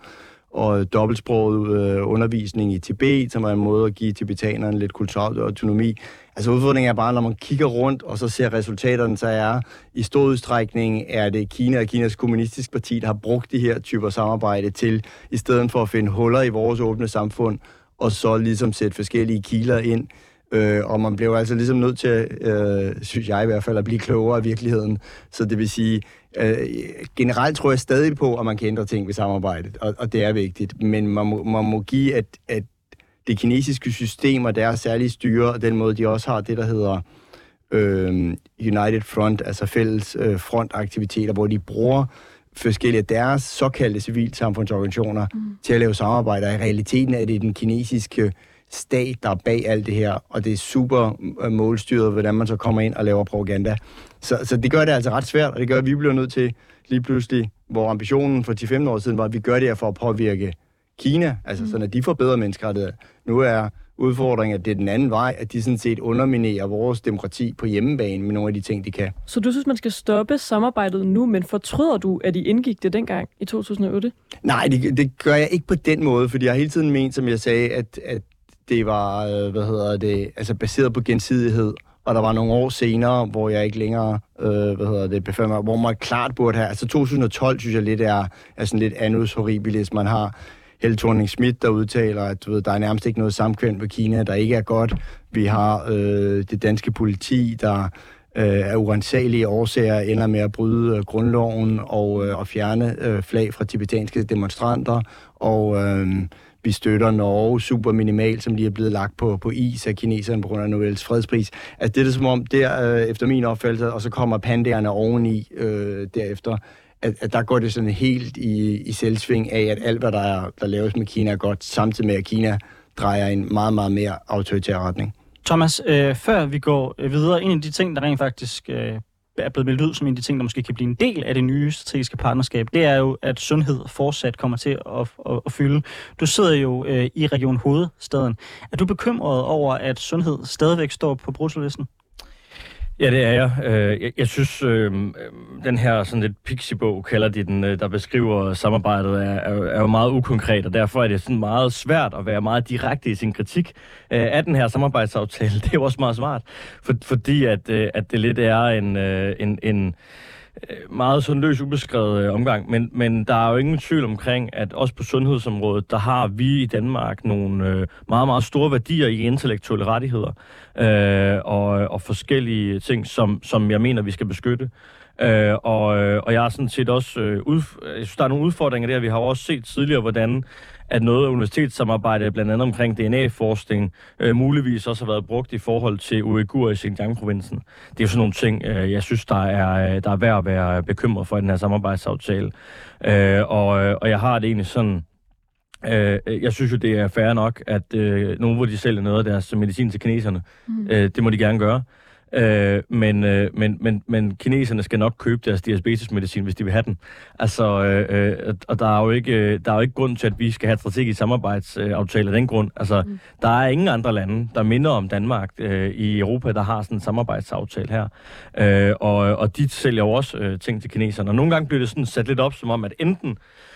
og dobbeltsproget øh, undervisning i Tibet, som er en måde at give tibetanerne lidt kulturel autonomi. Altså udfordringen er bare, når man kigger rundt, og så ser resultaterne, så er i stor udstrækning, er det Kina og Kinas kommunistiske parti, der har brugt de her typer samarbejde til, i stedet for at finde huller i vores åbne samfund, og så ligesom sætte forskellige kiler ind. Øh, og man bliver altså ligesom nødt til, øh, synes jeg i hvert fald, at blive klogere i virkeligheden. Så det vil sige, øh, generelt tror jeg stadig på, at man kan ændre ting ved samarbejdet, og, og det er vigtigt. Men man må, man må give, at, at det kinesiske system og deres særlige styre, og den måde, de også har det, der hedder øh, United Front, altså fælles øh, frontaktiviteter, hvor de bruger forskellige af deres såkaldte civilsamfundsorganisationer mm. til at lave samarbejder. I realiteten er det den kinesiske stat, der er bag alt det her, og det er super målstyret, hvordan man så kommer ind og laver propaganda. Så, så det gør det altså ret svært, og det gør, at vi bliver nødt til lige pludselig, hvor ambitionen for ti til femten år siden var, at vi gør det her for at påvirke Kina, altså sådan, at de får bedre menneskerettigheder. Nu er udfordringen, at det er den anden vej, at de sådan set underminerer vores demokrati på hjemmebane med nogle af de ting, de kan. Så du synes, man skal stoppe samarbejdet nu, men fortryder du, at I indgik det dengang i to tusind og otte? Nej, det, det gør jeg ikke på den måde, fordi jeg har hele tiden ment, som jeg sagde, at, at det var, hvad hedder det, altså baseret på gensidighed, og der var nogle år senere, hvor jeg ikke længere, øh, hvad hedder det, befandt mig, hvor man klart burde have, altså to tusind og tolv synes jeg lidt er, er sådan lidt annus horribilis, man har Helle Thorning-Schmidt, der udtaler, at du ved, der er nærmest ikke noget samkvem med Kina, der ikke er godt. Vi har øh, det danske politi, der øh, af urensagelige årsager ender med at bryde øh, grundloven og, øh, og fjerne øh, flag fra tibetanske demonstranter. Og øh, Vi støtter Norge super minimalt, som lige er blevet lagt på, på is af kineserne på grund af Nobels fredspris. Altså det er det som om, der øh, efter min opfattelse, og så kommer pandaerne oveni øh, derefter, at, at der går det sådan helt i, i selvsving af, at alt, hvad der, er, der laves med Kina er godt, samtidig med, at Kina drejer en meget, meget mere autoritær retning. Thomas, øh, før vi går videre, en af de ting, der rent faktisk øh, er blevet meldt ud som en af de ting, der måske kan blive en del af det nye strategiske partnerskab, det er jo, at sundhed fortsat kommer til at, at, at fylde. Du sidder jo øh, i Region Hovedstaden. Er du bekymret over, at sundhed stadigvæk står på bruttolisten? Ja, det er jeg. Jeg, jeg synes, øh, den her sådan lidt pixie-bog, kalder de den, der beskriver samarbejdet, er, er, er jo meget ukonkret, og derfor er det sådan meget svært at være meget direkte i sin kritik af den her samarbejdsaftale. Det er jo også meget smart, for, fordi at, at det lidt er en, en, en meget sådan løs ubeskrevet omgang, men, men der er jo ingen tvivl omkring, at også på sundhedsområdet, der har vi i Danmark nogle øh, meget, meget store værdier i intellektuelle rettigheder øh, og, og forskellige ting, som, som jeg mener, vi skal beskytte. Øh, og, og jeg har sådan set også, øh, udf- jeg synes, der er nogle udfordringer der. Vi har jo også set tidligere, hvordan at noget af universitetssamarbejde, blandt andet omkring D N A-forskning, øh, muligvis også har været brugt i forhold til uigurer i Xinjiang-provinsen. Det er jo sådan nogle ting, øh, jeg synes, der er, der er værd at være bekymret for i den her samarbejdsaftale. Øh, og, og jeg har det egentlig sådan, øh, jeg synes jo, det er fair nok, at øh, nogle, hvor de sælger noget af deres medicin til kineserne, mm. øh, det må de gerne gøre. Øh, men, øh, men, men, men kineserne skal nok købe deres diabetesmedicin, hvis de vil have den. Altså, øh, og der er, jo ikke, der er jo ikke grund til, at vi skal have et strategisk samarbejdsaftale af den grund. Altså, mm. der er ingen andre lande, der minder om Danmark øh, i Europa, der har sådan en samarbejdsaftale her. Øh, og, og de sælger jo også øh, ting til kineserne. Og nogle gange bliver det sådan sat lidt op, som om, at enten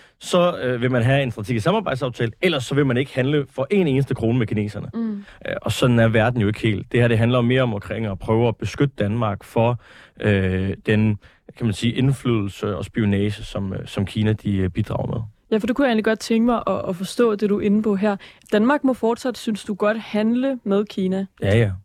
så øh, vil man have en strategisk samarbejdsaftale, ellers så vil man ikke handle for en eneste krone med kineserne. Mm. Øh, og sådan er verden jo ikke helt. Det her, det handler mere om omkring at prøve at beskytte Danmark for øh, den, kan man sige, indflydelse og spionage, som, øh, som Kina de bidrager med. Ja, for det kunne jeg egentlig godt tænke mig at, at forstå det, du er inde på her. Danmark må fortsat, synes du, godt handle med Kina? Ja, ja.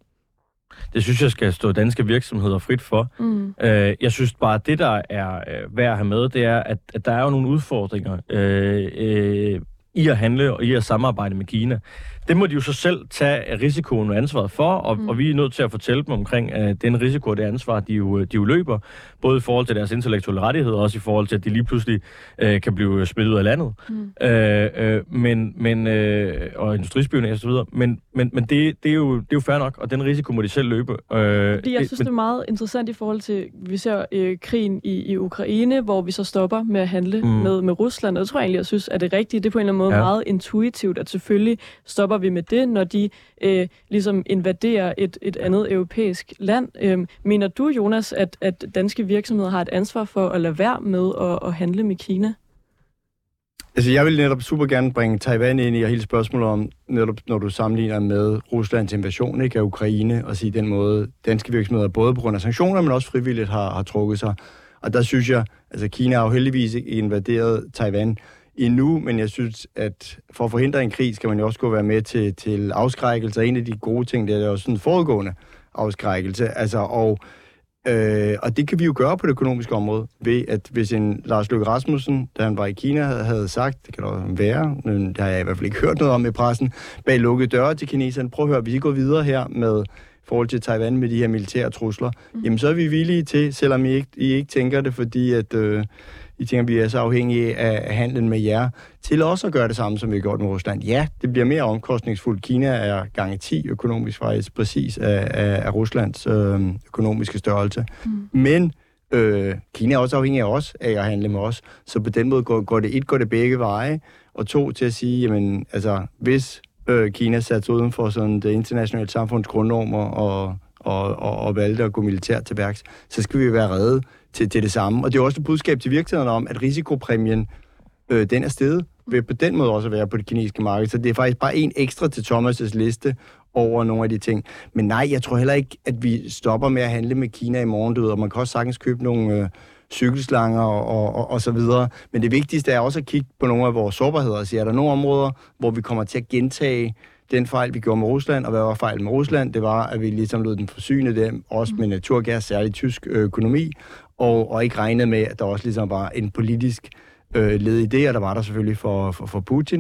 Det synes jeg skal stå danske virksomheder frit for. Mm. Øh, jeg synes bare, at det, der er øh, værd at have med, det er, at, at der er jo nogle udfordringer øh, øh, i at handle og i at samarbejde med Kina. Det må de jo så selv tage risikoen og ansvaret for, og, mm. og vi er nødt til at fortælle dem omkring uh, den risiko og det ansvar, de jo, de jo løber, både i forhold til deres intellektuelle rettigheder, og også i forhold til, at de lige pludselig uh, kan blive smidt ud af landet, mm. uh, uh, men, men, uh, og industrispionage og så videre. Men, men, men det, det, er jo, det er jo fair nok, og den risiko må de selv løbe. Uh, Fordi jeg synes, det, det er meget interessant i forhold til, vi ser uh, krigen i, i Ukraine, hvor vi så stopper med at handle mm. med, med Rusland, og det tror jeg egentlig, jeg synes, at det rigtige. Det er på en eller anden måde ja. meget intuitivt, at selvfølgelig stopper vi med det, når de øh, ligesom invaderer et, et andet europæisk land. Øhm, mener du, Jonas, at, at danske virksomheder har et ansvar for at lade være med at, at handle med Kina? Altså, jeg vil netop super gerne bringe Taiwan ind i, og hele spørgsmålet om, netop når du sammenligner med Ruslands invasion ikke, af Ukraine, og sige den måde, danske virksomheder både på grund af sanktioner, men også frivilligt har, har trukket sig. Og der synes jeg, altså Kina har jo heldigvis ikke invaderet Taiwan endnu, men jeg synes, at for at forhindre en krig, skal man jo også gå være med til, til afskrækkelse. En af de gode ting, det er jo sådan en foregående afskrækkelse. Altså, og, øh, og det kan vi jo gøre på det økonomiske område, ved at hvis en Lars Løkke Rasmussen, da han var i Kina, havde sagt, det kan da være, men det har jeg i hvert fald ikke hørt noget om i pressen, bag lukkede døre til kineserne. Prøv at høre, hvis I går videre her med forhold til Taiwan med de her militære trusler, mm. jamen så er vi villige til, selvom I ikke, I ikke tænker det, fordi at øh, I tænker, at vi er så afhængige af handlen med jer, til også at gøre det samme, som vi har gjort med Rusland. Ja, det bliver mere omkostningsfuldt. Kina er gange ti økonomisk faktisk præcis af, af, af Ruslands øh, økonomiske størrelse. Mm. Men øh, Kina er også afhængig af os, af at handle med os. Så på den måde går, går det et, går det begge veje, og to til at sige, jamen, altså, hvis øh, Kina satte uden for sådan det internationale samfunds grundnormer og, og, og, og valgte at gå militært til værks, så skal vi være redde til, til det samme. Og det er også et budskab til virksomhederne om, at risikopræmien, øh, den er steget, vil på den måde også være på det kinesiske marked. Så det er faktisk bare en ekstra til Thomas' liste over nogle af de ting. Men nej, jeg tror heller ikke, at vi stopper med at handle med Kina i morgen, du ved, og man kan også sagtens købe nogle øh, cykelslanger og, og, og, og så videre. Men det vigtigste er også at kigge på nogle af vores sårbarheder og sige, er der nogle områder, hvor vi kommer til at gentage den fejl, vi gjorde med Rusland, og hvad var fejlen med Rusland? Det var, at vi ligesom lod dem forsyne dem, også med naturgas, særligt tysk økonomi, og, og ikke regnede med, at der også ligesom var en politisk øh, led i det, og der var der selvfølgelig for, for, for Putin.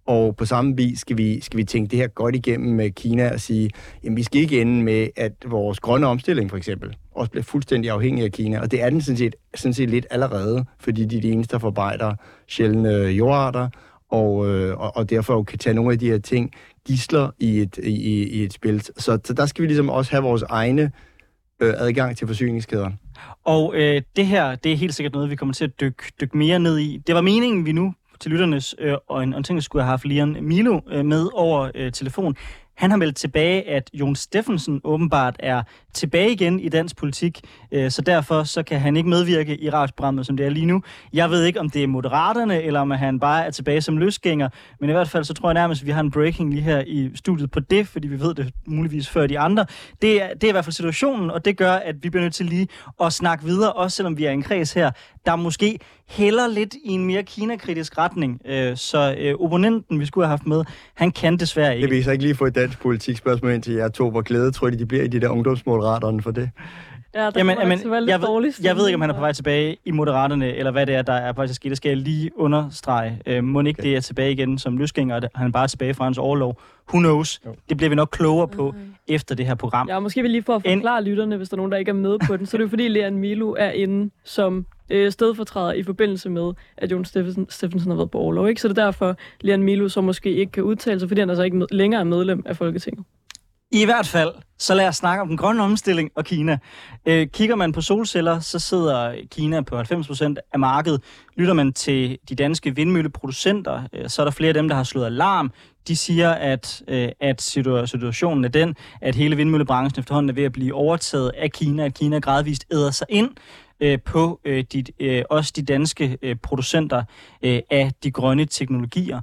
Og på samme vis skal vi, skal vi tænke det her godt igennem med Kina og sige, jamen vi skal ikke ende med, at vores grønne omstilling for eksempel også bliver fuldstændig afhængig af Kina. Og det er den sådan set, sådan set lidt allerede, fordi de er de eneste, der forarbejder sjældne jordarter, og, øh, og, og derfor kan tage nogle af de her ting gidsler i et, i, i et spil. Så, så der skal vi ligesom også have vores egne øh, adgang til forsyningskæderne. Og øh, det her, det er helt sikkert noget, vi kommer til at dykke, dykke mere ned i. Det var meningen, vi nu til lytternes øh, og en, og en ting, skulle have haft Lian Milo øh, med over øh, telefon. Han har meldt tilbage, at Jon Stephensen åbenbart er tilbage igen i dansk politik, øh, så derfor så kan han ikke medvirke i radioprogrammet, som det er lige nu. Jeg ved ikke, om det er Moderaterne, eller om han bare er tilbage som løsgænger, men i hvert fald så tror jeg nærmest, at vi har en breaking lige her i studiet på det, fordi vi ved det muligvis før de andre. Det er, det er i hvert fald situationen, og det gør, at vi bliver nødt til lige at snakke videre, også selvom vi er en kreds her, der måske hælder lidt i en mere Kina-kritisk retning. Øh, så øh, opponenten, vi skulle have haft med, han kan desværre ikke. Det vil så ikke lige få et dansk politikspørgsmål ind til jer to, hvor glæde tror de, de bliver i de der ungdomsmoderaterne for det. Ja, Jamen, jamen, jeg, ved, jeg ved ikke, om han er på vej vej tilbage i Moderaterne, eller hvad det er, der er faktisk sket. Det skal jeg lige understrege. Øh, må ikke okay. Det er tilbage igen som løsgænger, og han er bare tilbage fra hans overlov. Who knows? Jo. Det bliver vi nok klogere på okay. efter det her program. Ja, måske vil lige for at forklare en... lytterne, hvis der er nogen, der ikke er med på den, så er det jo fordi, Lian Milo er inde som øh, stedfortræder i forbindelse med, at Jon Stephensen, Stephensen har været på overlov. Ikke? Så det er derfor, Lian Milo så måske ikke kan udtale sig, fordi han altså ikke med, længere er medlem af Folketinget. I hvert fald, så lad os snakke om den grønne omstilling og Kina. Øh, kigger man på solceller, så sidder Kina på halvfems procent af markedet. Lytter man til de danske vindmølleproducenter, øh, så er der flere af dem, der har slået alarm. De siger, at, øh, at situationen er den, at hele vindmøllebranchen efterhånden er ved at blive overtaget af Kina, at Kina gradvist æder sig ind øh, på øh, de, øh, også de danske øh, producenter øh, af de grønne teknologier.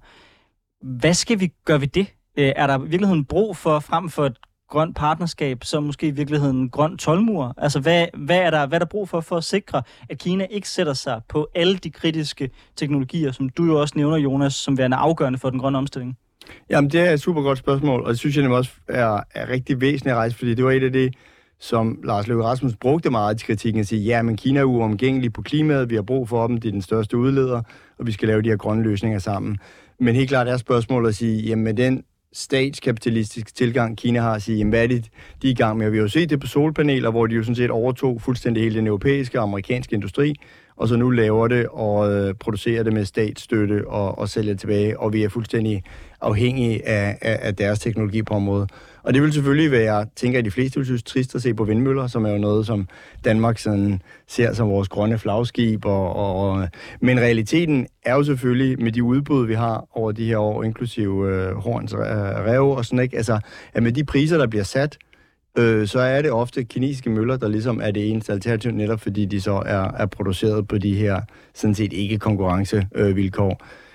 Hvad skal vi gøre ved det? Er der i virkeligheden brug for, frem for et grønt partnerskab, så måske i virkeligheden en grøn toldmur? Altså, hvad, hvad, er der, hvad er der brug for, for at sikre, at Kina ikke sætter sig på alle de kritiske teknologier, som du jo også nævner, Jonas, som værende afgørende for den grønne omstilling? Jamen, det er et super godt spørgsmål, og det synes jeg nemlig også er, er rigtig væsentligt at rejse, fordi det var et af det, som Lars Løkke Rasmussen brugte meget til kritikken, at sige, ja, men Kina er uomgængelig på klimaet, vi har brug for dem, det er den største udleder, og vi skal lave de her grønne løsninger sammen. Men helt klart er spørgsmålet at sige, jamen med den statskapitalistisk tilgang, Kina har at sige, jamen, hvad er det, de er i gang med? Og vi har jo set det på solpaneler, hvor de jo sådan set overtog fuldstændig hele den europæiske og amerikanske industri, og så nu laver det og øh, producerer det med statsstøtte og, og sælger tilbage, og vi er fuldstændig afhængige af, af, af deres teknologi på området. Og det vil selvfølgelig være, tænker jeg, de fleste vil synes trist at se på vindmøller, som er jo noget, som Danmark sådan ser som vores grønne flagskib. Og, og, men realiteten er jo selvfølgelig med de udbud, vi har over de her år, inklusive øh, Horns øh, Rev og sådan, ikke? Altså, at med de priser, der bliver sat, øh, så er det ofte kinesiske møller, der ligesom er det eneste alternativ, netop fordi de så er, er produceret på de her sådan set ikke konkurrencevilkår. Øh,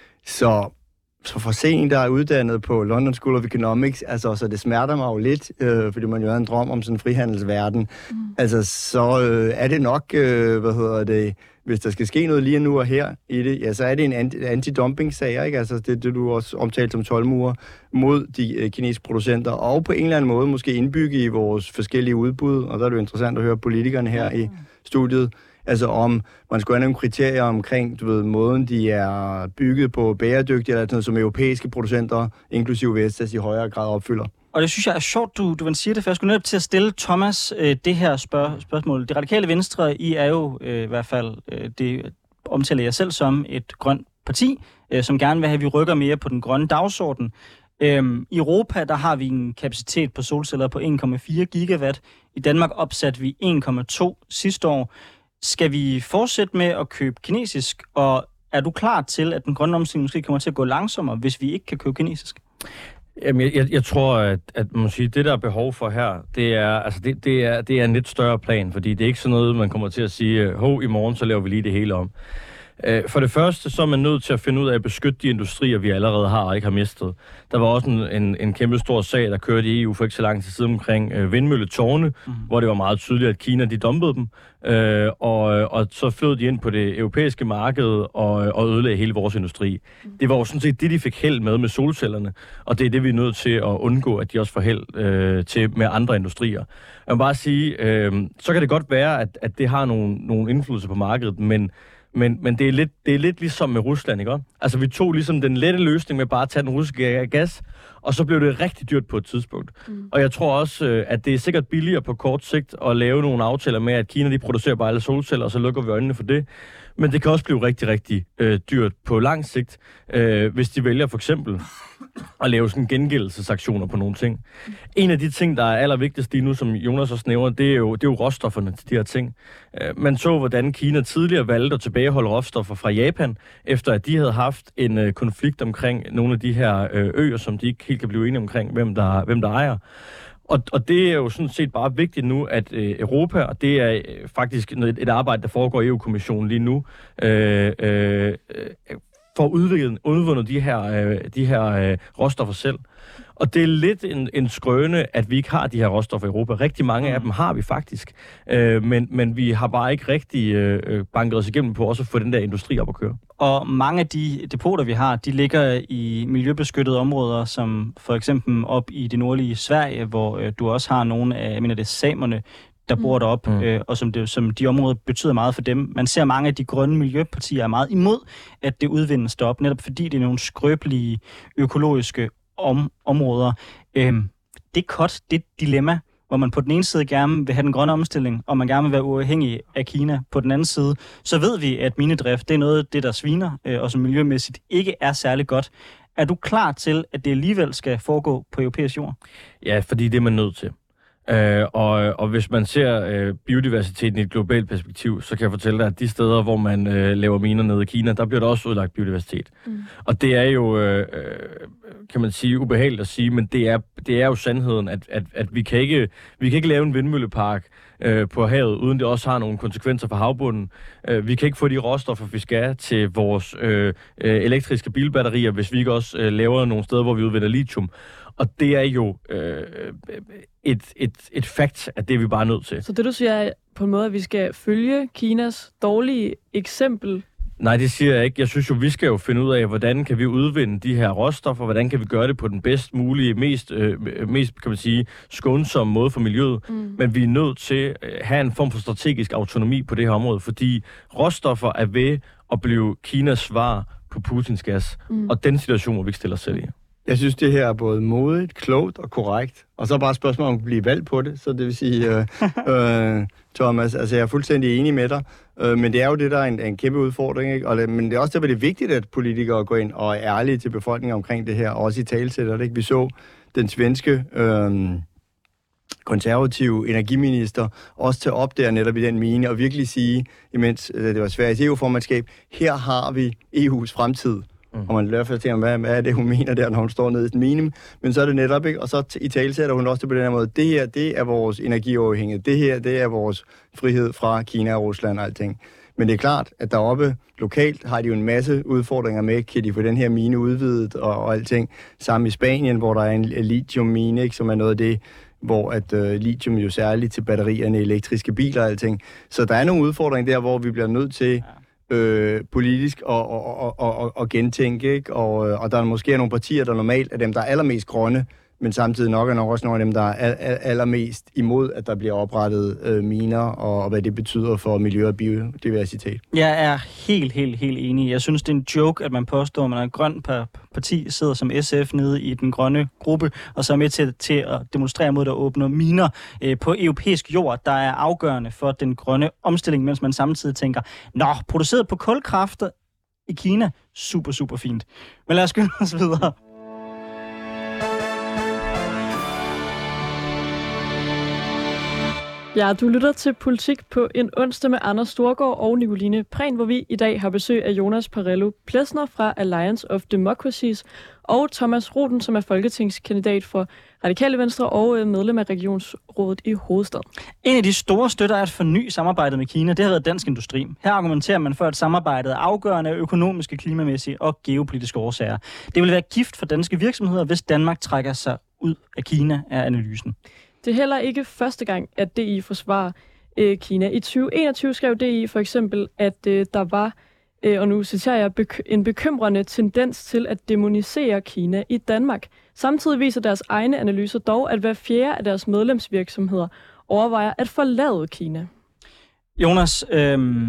så Så for se en, der er uddannet på London School of Economics, altså, så det smerter mig jo lidt, øh, fordi man jo har en drøm om sådan en frihandelsverden. Mm. Altså, så øh, er det nok, øh, hvad hedder det, hvis der skal ske noget lige nu og her i det, ja, så er det en anti-dumping-sag, ikke? Altså, det, det du også omtalt som toldmure mod de øh, kinesiske producenter, og på en eller anden måde måske indbygge i vores forskellige udbud, og der er det jo interessant at høre politikerne her mm. i studiet, altså om man skulle have nogle kriterier omkring, du ved, måden de er bygget på bæredygtigt, eller sådan noget, som europæiske producenter, inklusive Vestas, i højere grad opfylder. Og det synes jeg er sjovt, du, du siger det, for jeg skulle netop til at stille Thomas øh, det her spørg- spørgsmål. Det Radikale Venstre, I er jo øh, i hvert fald, øh, det omtaler jeg selv som et grønt parti, øh, som gerne vil have, at vi rykker mere på den grønne dagsorden. Øhm, I Europa, der har vi en kapacitet på solceller på en komma fire gigawatt. I Danmark opsatte vi en komma to sidste år. Skal vi fortsætte med at købe kinesisk, og er du klar til, at den grønne omstilling måske kommer til at gå langsommere, hvis vi ikke kan købe kinesisk? Jamen, jeg, jeg, jeg tror, at, at man sige, det, der er behov for her, det er, altså det, det, er, det er en lidt større plan, fordi det er ikke sådan noget, man kommer til at sige, hov, i morgen, så laver vi lige det hele om. For det første, så er man nødt til at finde ud af at beskytte de industrier, vi allerede har og ikke har mistet. Der var også en, en, en kæmpe stor sag, der kørte i E U for ikke så lang tid siden omkring øh, vindmølletårne, mm. hvor det var meget tydeligt, at Kina de dumpede dem, øh, og, og så flød de ind på det europæiske marked og, og ødelagde hele vores industri. Mm. Det var jo sådan set det, de fik held med med solcellerne, og det er det, vi er nødt til at undgå, at de også får held øh, til med andre industrier. Jeg vil bare sige, øh, så kan det godt være, at, at det har nogle, nogle indflydelse på markedet, men Men, men det, er lidt, det er lidt ligesom med Rusland, ikke? Altså, vi tog ligesom den lette løsning med bare at tage den russiske gas, og så blev det rigtig dyrt på et tidspunkt. Mm. Og jeg tror også, at det er sikkert billigere på kort sigt at lave nogle aftaler med, at Kina de producerer bare alle solceller, og så lukker vi øjnene for det. Men det kan også blive rigtig, rigtig øh, dyrt på lang sigt, øh, hvis de vælger for eksempel at lave sådan gengældelsesaktioner på nogle ting. En af de ting, der er allervigtigst lige nu, som Jonas også nævner, det er jo, det er jo råstofferne til de her ting. Øh, man så, hvordan Kina tidligere valgte at tilbageholde råstoffer fra Japan, efter at de havde haft en øh, konflikt omkring nogle af de her øh, øer, som de ikke helt kan blive enige omkring, hvem der, hvem der ejer. Og, og det er jo sådan set bare vigtigt nu, at øh, Europa, og det er øh, faktisk et, et arbejde, der foregår i E U-kommissionen lige nu, øh, øh, for at udvikle, udvinde de her, øh, de her øh, råstoffer selv. Og det er lidt en, en skrøne, at vi ikke har de her råstoffer i Europa. Rigtig mange af dem har vi faktisk, øh, men, men vi har bare ikke rigtig øh, banket os igennem på også at få den der industri op at køre. Og mange af de depoter, vi har, de ligger i miljøbeskyttede områder, som for eksempel op i det nordlige Sverige, hvor øh, du også har nogle af, jeg mener det samerne, der bor deroppe, mm. øh, og som, det, som de områder betyder meget for dem. Man ser mange af de grønne miljøpartier er meget imod, at det udvindes deroppe, netop fordi det er nogle skrøbelige økologiske om, områder. Øhm, det er godt, det er et dilemma, hvor man på den ene side gerne vil have den grønne omstilling, og man gerne vil være uafhængig af Kina. På den anden side, så ved vi, at minedrift, det er noget af det, der sviner, øh, og som miljømæssigt ikke er særlig godt. Er du klar til, at det alligevel skal foregå på europæisk jord? Ja, fordi det er man nødt til. Øh, og, og hvis man ser øh, biodiversiteten i et globalt perspektiv, så kan jeg fortælle dig, at de steder, hvor man øh, laver miner nede i Kina, der bliver der også udlagt biodiversitet. Mm. Og det er jo, øh, kan man sige, ubehageligt at sige, men det er, det er jo sandheden, at, at, at vi, kan ikke, vi kan ikke lave en vindmøllepark øh, på havet, uden det også har nogle konsekvenser for havbunden. Øh, vi kan ikke få de råstoffer, vi skal til vores øh, elektriske bilbatterier, hvis vi ikke også øh, laver nogle steder, hvor vi udvinder lithium. Og det er jo øh, et, et, et fakt, at det er vi bare nødt til. Så det, du siger, er på en måde, at vi skal følge Kinas dårlige eksempel? Nej, det siger jeg ikke. Jeg synes jo, vi skal jo finde ud af, hvordan kan vi udvinde de her råstoffer, hvordan kan vi gøre det på den bedst mulige, mest, øh, mest kan man sige, skånsomme måde for miljøet. Mm. Men vi er nødt til at have en form for strategisk autonomi på det her område, fordi råstoffer er ved at blive Kinas svar på Putins gas. Mm. Og den situation må vi ikke stille os selv i. Jeg synes, det her er både modigt, klogt og korrekt. Og så bare et spørgsmål om at blive valgt på det. Så det vil sige, øh, øh, Thomas, altså jeg er fuldstændig enig med dig. Øh, men det er jo det, der er en, en kæmpe udfordring. Ikke? Og, men det er også derfor, det er vigtigt, at politikere går ind og er ærlige til befolkningen omkring det her. Og også i talesætter det. Ikke? Vi så den svenske øh, konservative energiminister også tage op der netop i den mine og virkelig sige, imens det var Sveriges E U-formandskab, her har vi E U's fremtid. Mm. Og man løber for at tænke, hvad, hvad er det, hun mener der, når hun står nede i et minimum. Men så er det netop ikke, og så i tale sætter hun også det på den her måde, det her, det er vores energioverhængighed, det her, det er vores frihed fra Kina og Rusland og alting. Men det er klart, at deroppe lokalt har de jo en masse udfordringer med, kan de få den her mine udvidet og, og alting. Sammen i Spanien, hvor der er en lithium-mine, ikke, som er noget af det, hvor at uh, lithium jo særligt til batterierne, elektriske biler og alting. Så der er nogle udfordringer der, hvor vi bliver nødt til Øh, politisk og, og, og, og, og gentænke, ikke? Og, og der er måske nogle partier, der normalt er dem, der er allermest grønne, men samtidig nok er nok også nogle af dem, der er al- allermest imod, at der bliver oprettet øh, miner, og, og hvad det betyder for miljø og biodiversitet. Jeg er helt, helt, helt enig. Jeg synes, det er en joke, at man påstår, at man er en grøn parti, sidder som S F nede i den grønne gruppe, og så er med til, til at demonstrere mod at åbne miner øh, på europæisk jord, der er afgørende for den grønne omstilling, mens man samtidig tænker, nå, produceret på kulkrafter i Kina, super, super fint. Men lad os skynde os videre. Ja, du lytter til Politik på en onsdag med Anders Storgård og Nicoline Prehn, hvor vi i dag har besøg af Jonas Parello Plesner fra Alliance of Democracies og Thomas Roden, som er folketingskandidat for Radikale Venstre og medlem af Regionsrådet i Hovedstaden. En af de store støtter er at forny samarbejdet med Kina. Det har været Dansk Industri. Her argumenterer man for, at samarbejdet er afgørende af økonomiske, klimamæssige og geopolitiske årsager. Det vil være gift for danske virksomheder, hvis Danmark trækker sig ud af Kina, er analysen. Det er heller ikke første gang, at D I forsvarer øh, Kina. I tyve enogtyve skrev D I for eksempel, at øh, der var, øh, og nu citerer jeg, bek- en bekymrende tendens til at demonisere Kina i Danmark. Samtidig viser deres egne analyser dog, at hver fjerde af deres medlemsvirksomheder overvejer at forlade Kina. Jonas, øh,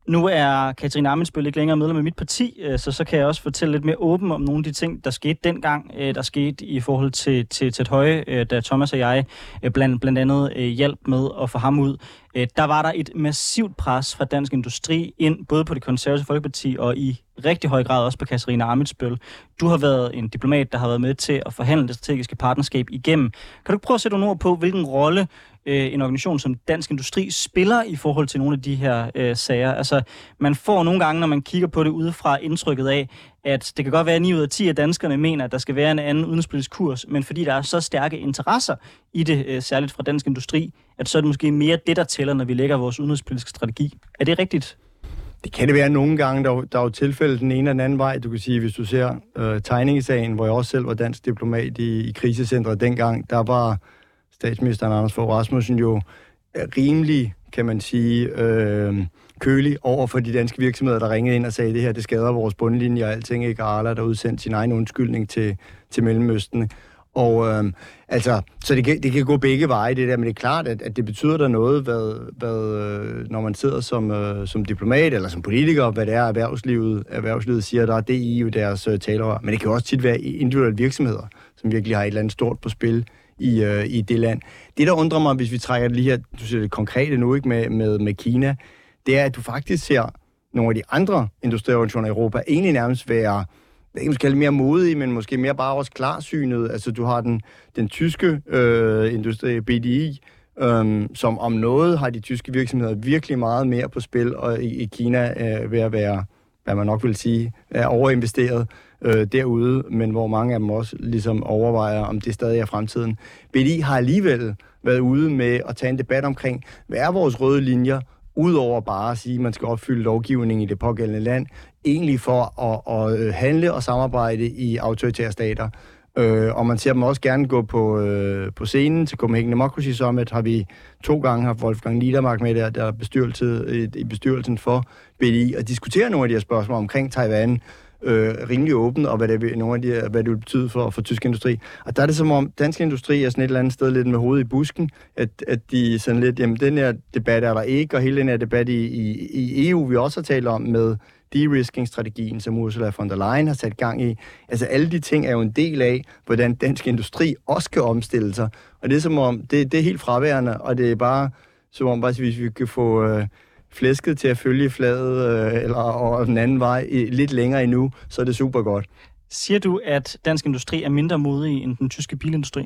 Nu er Katarina Ammitzbøll ikke længere medlem af mit parti, så så kan jeg også fortælle lidt mere åben om nogle af de ting, der skete dengang, der skete i forhold til, til, til et høje, da Thomas og jeg blandt, blandt andet hjalp med at få ham ud. Der var der et massivt pres fra Dansk Industri ind, både på det konservative Folkeparti og i rigtig høj grad også på Katarina Ammitzbøll. Du har været en diplomat, der har været med til at forhandle det strategiske partnerskab igennem. Kan du ikke prøve at sætte nogle ord på, hvilken rolle en organisation som Dansk Industri spiller i forhold til nogle af de her øh, sager? Altså, man får nogle gange, når man kigger på det udefra, indtrykket af, at det kan godt være, at ni ud af ti af danskerne mener, at der skal være en anden udenrigspolitisk kurs, men fordi der er så stærke interesser i det, øh, særligt fra Dansk Industri, at så er det måske mere det, der tæller, når vi lægger vores udenrigspolitiske strategi. Er det rigtigt? Det kan det være nogle gange, der, der er jo tilfælde den ene eller den anden vej. Du kan sige, hvis du ser øh, tegningssagen, hvor jeg også selv var dansk diplomat i, i krisecentret dengang, der var statsministeren Anders Fogh Rasmussen jo rimelig, kan man sige, øh, kølig over for de danske virksomheder, der ringede ind og sagde, at det her det skader vores bundlinje og alting. Ikke Arla, der udsendte sin egen undskyldning til, til Mellemøsten. Og øh, altså, så det kan, det kan gå begge veje, det der, men det er klart, at, at det betyder der noget, hvad, hvad, når man sidder som, øh, som diplomat eller som politiker, hvad det er, erhvervslivet, erhvervslivet siger, der er det i jo deres øh, talerør. Men det kan jo også tit være individuelle virksomheder, som virkelig har et eller andet stort på spil i, øh, i det land. Det, der undrer mig, hvis vi trækker det lige her, du siger det konkrete nu, ikke, med, med, med Kina, det er, at du faktisk ser nogle af de andre industriorganisationer i Europa egentlig nærmest være, jeg kan kalde det mere modige, men måske mere bare også klarsynet. Altså, du har den, den tyske øh, industri, B D I, øh, som om noget har de tyske virksomheder virkelig meget mere på spil, og i, i Kina øh, ved at være, hvad man nok vil sige, er overinvesteret øh, derude, men hvor mange af dem også ligesom overvejer, om det stadig er fremtiden. B D I har alligevel været ude med at tage en debat omkring, hvad er vores røde linjer, udover bare at sige, at man skal opfylde lovgivning i det pågældende land, egentlig for at, at handle og samarbejde i autoritære stater. Øh, og man ser dem også gerne gå på, øh, på scenen til Copenhagen Democracy Summit. Har vi to gange haft Wolfgang Niedermark med der, der er bestyrelse, i bestyrelsen for B D I, og diskutere nogle af de her spørgsmål omkring Taiwan, øh, rimelig åbent, og hvad det, vil, nogle af de, hvad det vil betyde for, for tysk industri. Og der er det som om, dansk industri er sådan et eller andet sted lidt med hovedet i busken, at, at de sådan lidt, jamen den her debat er der ikke, og hele den her debat i, i, i E U, vi også har talt om med de-risking-strategien, som Ursula von der Leyen har sat gang i. Altså alle de ting er jo en del af, hvordan dansk industri også kan omstille sig. Og det er som om, det, det er helt fraværende, og det er bare som om, bare, hvis vi kan få øh, flæsket til at følge fladet, øh, eller og den anden vej i, lidt længere endnu, så er det super godt. Siger du, at dansk industri er mindre modig end den tyske bilindustri?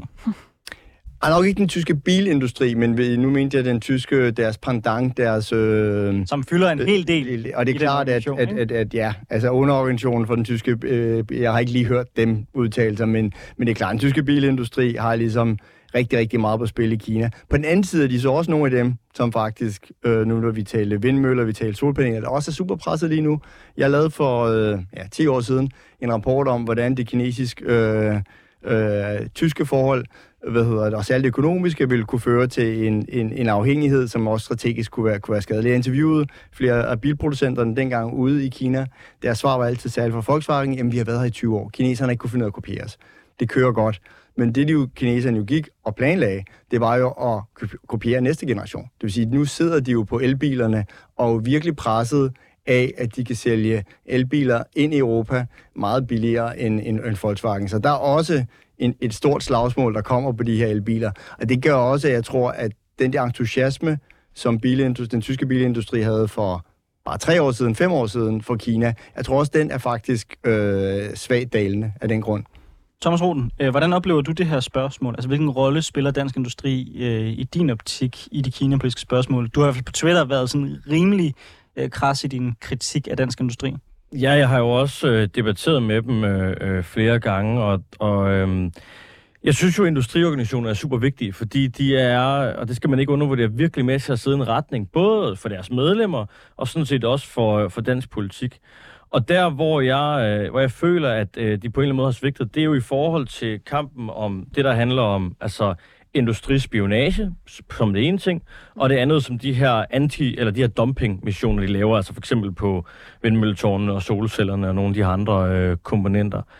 Er nok ikke den tyske bilindustri, men nu mente jeg den tyske, deres pendant, deres... Øh, Som fylder en hel del. Og det er klart, at, at, at, at ja, altså underorganisationen for den tyske... Øh, jeg har ikke lige hørt dem udtale sig, men, men det er klart, den tyske bilindustri har ligesom rigtig, rigtig meget på spil i Kina. På den anden side er de så også nogle af dem, som faktisk, øh, nu når vi taler vindmøller, vi taler solpaneler, der også er super presset lige nu. Jeg lavede for øh, ja, ti år siden en rapport om, hvordan det kinesiske... Øh, Øh, tyske forhold, hvad hedder det, og særligt økonomiske, ville kunne føre til en, en, en afhængighed, som også strategisk kunne være, kunne være skadelig. Jeg interviewede flere af bilproducenterne dengang ude i Kina. Deres svar var altid særligt fra Volkswagen, jamen vi har været her i tyve år. Kineserne ikke kunne finde ud af at kopiere os. Det kører godt. Men det, de jo, kineserne jo gik og planlagde, det var jo at kopiere næste generation. Det vil sige, nu sidder de jo på elbilerne og virkelig presset af, at de kan sælge elbiler ind i Europa meget billigere end, end, end Volkswagen. Så der er også en, et stort slagsmål, der kommer på de her elbiler. Og det gør også, at jeg tror, at den der entusiasme, som den tyske bilindustri havde for bare tre år siden, fem år siden for Kina, jeg tror også, den er faktisk øh, svagt dalende af den grund. Thomas Roden, øh, hvordan oplever du det her spørgsmål? Altså, hvilken rolle spiller dansk industri øh, i din optik i de kinapolitiske spørgsmål? Du har i hvert fald på Twitter været sådan rimelig kras i din kritik af dansk industri. Ja, jeg har jo også øh, debatteret med dem øh, flere gange, og, og øh, jeg synes jo, at industriorganisationer er super vigtige, fordi de er, og det skal man ikke undervurdere, virkelig med til at sidde en retning, både for deres medlemmer, og sådan set også for, for dansk politik. Og der, hvor jeg, øh, hvor jeg føler, at øh, de på en eller anden måde har svigtet, det er jo i forhold til kampen om det, der handler om, altså industrispionage, som det ene ting, og det andet som de her anti- eller de her dumping-missioner, de laver, altså for eksempel på vindmølletårnene og solcellerne og nogle af de andre øh, komponenter.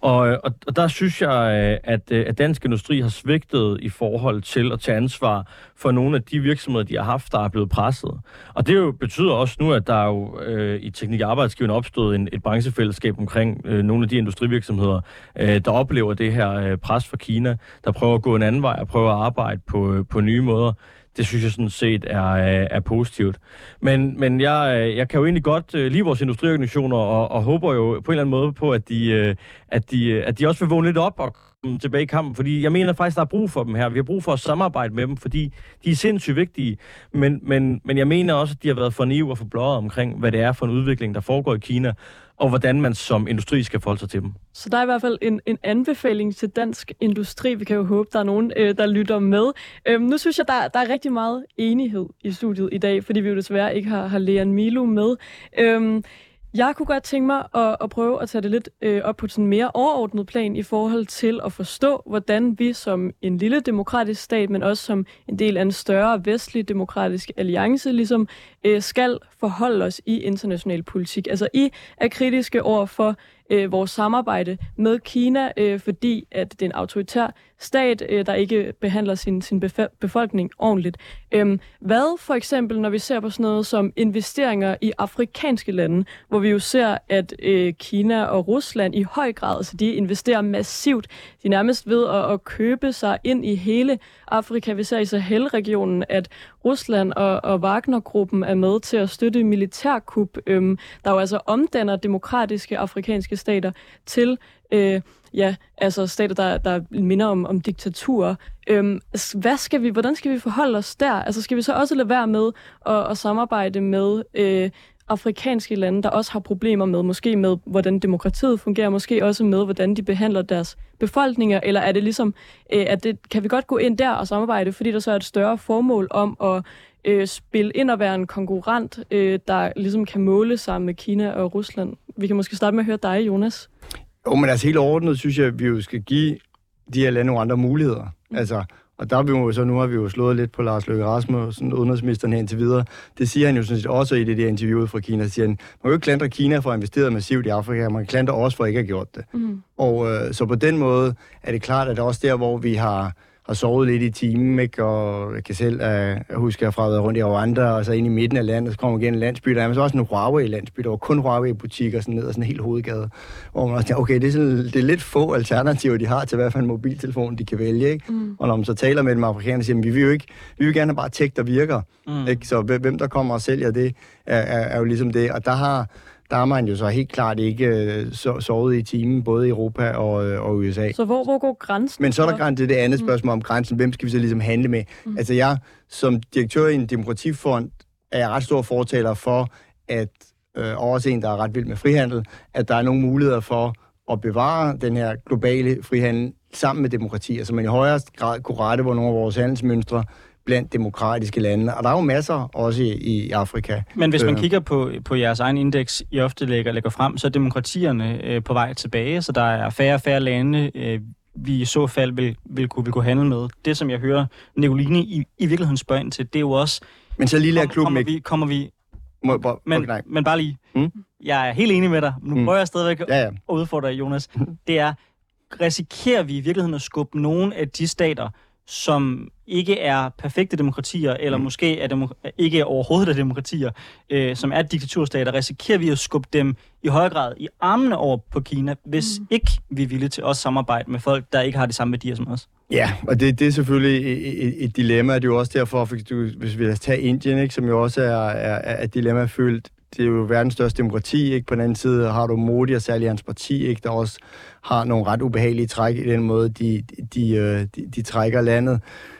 Og, og, og der synes jeg, at, at dansk industri har svigtet i forhold til at tage ansvar for nogle af de virksomheder, de har haft, der er blevet presset. Og det jo betyder også nu, at der er jo øh, i Teknik- og Arbejdsgiverne opstået en, et branchefællesskab omkring øh, nogle af de industrivirksomheder, øh, der oplever det her øh, pres fra Kina, der prøver at gå en anden vej og prøver at arbejde på, øh, på nye måder. Det synes jeg sådan set er, er positivt. Men, men jeg, jeg kan jo egentlig godt lide vores industriorganisationer, og, og håber jo på en eller anden måde på, at de, at de, at de også vil vågne lidt op og komme tilbage i kampen. Fordi jeg mener faktisk, der er brug for dem her. Vi har brug for at samarbejde med dem, fordi de er sindssygt vigtige. Men, men, men jeg mener også, at de har været for naive og for blåede omkring, hvad det er for en udvikling, der foregår i Kina, og hvordan man som industri skal forholde sig til dem. Så der er i hvert fald en, en anbefaling til dansk industri. Vi kan jo håbe, der er nogen, øh, der lytter med. Øhm, nu synes jeg, der, der er rigtig meget enighed i studiet i dag, fordi vi jo desværre ikke har, har Leon Milo med. Øhm, Jeg kunne godt tænke mig at, at prøve at tage det lidt øh, op på sådan en mere overordnet plan i forhold til at forstå, hvordan vi som en lille demokratisk stat, men også som en del af en større vestlig demokratisk alliance, ligesom øh, skal forholde os i international politik. Altså I er kritiske over for øh, vores samarbejde med Kina, øh, fordi at det er en autoritær stat, øh, der ikke behandler sin, sin bef- befolkning ordentligt. Øhm, hvad for eksempel, når vi ser på sådan noget som investeringer i afrikanske lande, hvor vi jo ser, at øh, Kina og Rusland i høj grad, altså de investerer massivt, de er nærmest ved at, at købe sig ind i hele Afrika. Vi ser i Sahel-regionen, at Rusland og, og Wagner-gruppen er med til at støtte militærkup, øhm, der jo altså omdanner demokratiske afrikanske stater til øh, ja, altså stater, der, der minder om, om diktaturer. Øhm, hvad skal vi, hvordan skal vi forholde os der? Altså skal vi så også lade være med at, at samarbejde med øh, afrikanske lande, der også har problemer med, måske med, hvordan demokratiet fungerer, måske også med, hvordan de behandler deres befolkninger, eller er det ligesom, øh, at det, kan vi godt gå ind der og samarbejde, fordi der så er et større formål om at øh, spille ind og være en konkurrent, øh, der ligesom kan måle sig med Kina og Rusland. Vi kan måske starte med at høre dig, Jonas. Jo, men altså helt overordnet, synes jeg, at vi jo skal give de her lande nogle andre muligheder. Mm. Altså, og der er vi jo så, nu har vi jo slået lidt på Lars Løkke Rasmussen, udenrigsministeren her indtil videre. Det siger han jo sådan set også i det der interviewet fra Kina. Siger han, man kan jo ikke klandre Kina for at have investeret massivt i Afrika, man kan klandre os for ikke at have gjort det. Mm. Og øh, så på den måde er det klart, at det er også der, hvor vi har har sovet lidt i timen, ikke? Og jeg kan selv uh, huske, at jeg har været rundt i Rwanda, og så ind i midten af landet, så kommer man igen en landsby, der er så også en Huawei-landsby, der var kun Huawei-butikker sådan ned og sådan en helt hovedgade, hvor man også tænker, okay, det er, sådan, det er lidt få alternativer, de har til hvad for en mobiltelefon, de kan vælge, ikke? Mm. Og når man så taler med dem afrikanere, siger vi vil jo ikke, vi vil gerne have bare tech, der virker, mm. ikke? Så hvem der kommer og sælger det, er, er, er jo ligesom det, og der har Der har man jo så helt klart ikke øh, so- sovet i timen, både i Europa og, øh, og U S A. Så hvor, hvor går grænsen? Men så er der grænsen, det andet spørgsmål om grænsen. Hvem skal vi så ligesom handle med? Mm. Altså jeg, som direktør i en demokratifond, er jeg ret stor fortaler for, at øh, også en, der er ret vild med frihandel, at der er nogle muligheder for at bevare den her globale frihandel sammen med demokrati. Altså man i højere grad kunne rette på nogle af vores handelsmønstre blandt demokratiske lande. Og der er jo masser også i, i Afrika. Men hvis man kigger på, på jeres egen indeks, I ofte lægger, lægger frem, så er demokratierne øh, på vej tilbage, så der er færre og færre lande, øh, vi i så fald vil, vil, kunne, vil kunne handle med. Det, som jeg hører Nicoline i, i virkeligheden spørger ind til, det er jo også... Men så lige lader klubben kommer ikke... vi, kommer vi Må, bo, men, okay, men bare lige, mm? jeg er helt enig med dig. Nu mm. prøver jeg stadigvæk ja, ja. at udfordre dig, Jonas. Det er, risikerer vi i virkeligheden at skubbe nogle af de stater, som ikke er perfekte demokratier, eller mm. måske er demok- ikke er overhovedet er demokratier, øh, som er diktaturstater, risikerer vi at skubbe dem i højere grad i armene over på Kina, hvis mm. ikke vi er villige til at samarbejde med folk, der ikke har de samme værdier som os. Ja, og det, det er selvfølgelig et, et, et dilemma. Det er jo også derfor, for du, hvis vi tager Indien, ikke, som jo også er, er, er et dilemma-fyldt. Det er jo verdens største demokrati, ikke? På den anden side har du Modi og særligt hans parti, ikke? Der også har nogle ret ubehagelige træk i den måde, de, de, de, de trækker landet.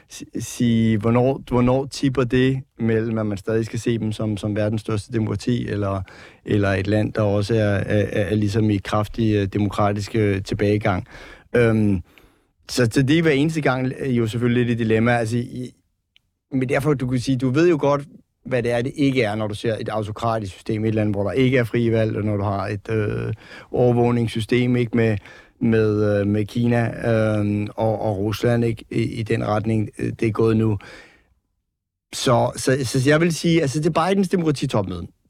Sige, hvornår, hvornår tipper det mellem, at man stadig skal se dem som, som verdens største demokrati, eller, eller et land, der også er, er, er ligesom i kraftig demokratisk tilbagegang. Øhm, så, så det er hver eneste gang jo selvfølgelig lidt et dilemma. Altså, i, men derfor, du kan sige, du ved jo godt, hvad det er, det ikke er, når du ser et autokratisk system i et land, hvor der ikke er frie valg, og når du har et øh, overvågningssystem, ikke, med, med, øh, med Kina øh, og, og Rusland, ikke, i, i den retning, øh, det er gået nu. Så, så, så jeg vil sige, altså det er Bidens demokratitopmøde.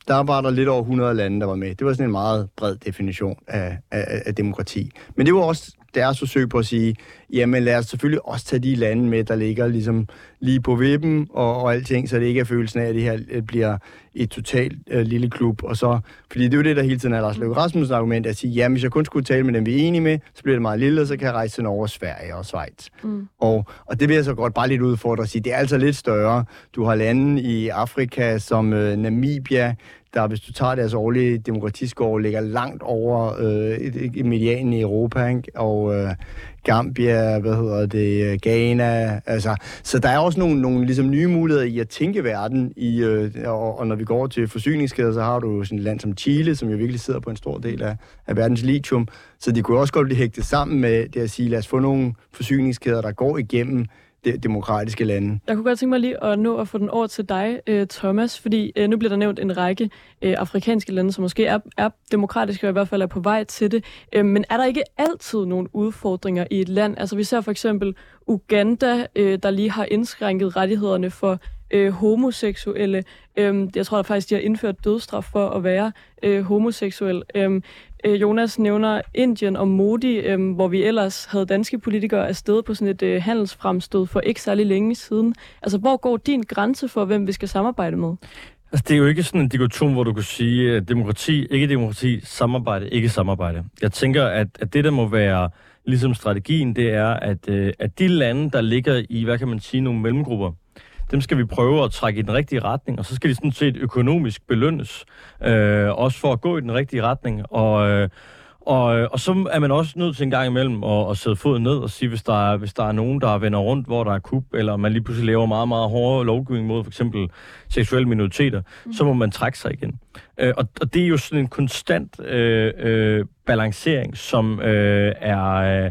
der var der lidt over hundrede lande, der var med. Det var sådan en meget bred definition af, af, af demokrati. Men det var også deres forsøg på at sige, jamen lad os selvfølgelig også tage de lande med, der ligger ligesom lige på vippen og, og alting, så det ikke er følelsen af, at det her bliver et totalt øh, lille klub. Og så, fordi det er jo det, der hele tiden er Lars Løkke Rasmussens argument, at sige, jamen hvis jeg kun skulle tale med dem, vi er enige med, så bliver det meget lille, og så kan jeg rejse til Norge, Sverige og Schweiz. Mm. Og, og det vil jeg så godt bare lidt udfordre at sige, det er altså lidt større. Du har lande i Afrika som øh, Namibia, der, hvis du tager deres årlige demokratiscore, ligger langt over øh, medianen i Europa, ikke? Og øh, Gambia, hvad hedder det, Ghana, altså, så der er også nogle, nogle ligesom nye muligheder i at tænke verden, i, øh, og, og når vi går til forsyningskæder, så har du sådan et land som Chile, som jo virkelig sidder på en stor del af, af verdens lithium, så de kunne også godt blive hægtet sammen med det at sige, lad os få nogle forsyningskæder, der går igennem de demokratiske lande. Jeg kunne godt tænke mig lige at nå at få den over til dig, Thomas, fordi øh, nu bliver der nævnt en række øh, afrikanske lande, som måske er, er demokratiske, og i hvert fald er på vej til det. Øh, men er der ikke altid nogle udfordringer i et land? Altså vi ser for eksempel Uganda, øh, der lige har indskrænket rettighederne for øh, homoseksuelle. Øh, jeg tror da faktisk, de har indført dødsstraf for at være øh, homoseksuel. Øh, Jonas nævner Indien og Modi, øh, hvor vi ellers havde danske politikere afsted på sådan et øh, handelsfremstød for ikke særlig længe siden. Altså, hvor går din grænse for, hvem vi skal samarbejde med? Altså, det er jo ikke sådan en dikotom, hvor du kan sige demokrati, ikke demokrati, samarbejde, ikke samarbejde. Jeg tænker, at, at det, der må være ligesom strategien, det er, at, øh, at de lande, der ligger i, hvad kan man sige, nogle mellemgrupper, dem skal vi prøve at trække i den rigtige retning, og så skal de sådan set økonomisk belønnes, øh, også for at gå i den rigtige retning. Og, øh, og, og så er man også nødt til en gang imellem at, at sætte foden ned og sige, hvis der, er, hvis der er nogen, der vender rundt, hvor der er kup, eller man lige pludselig laver meget, meget hårde lovgivning mod for eksempel seksuelle minoriteter, mm. så må man trække sig igen. Øh, og, og det er jo sådan en konstant øh, øh, balancering, som øh, er... Øh,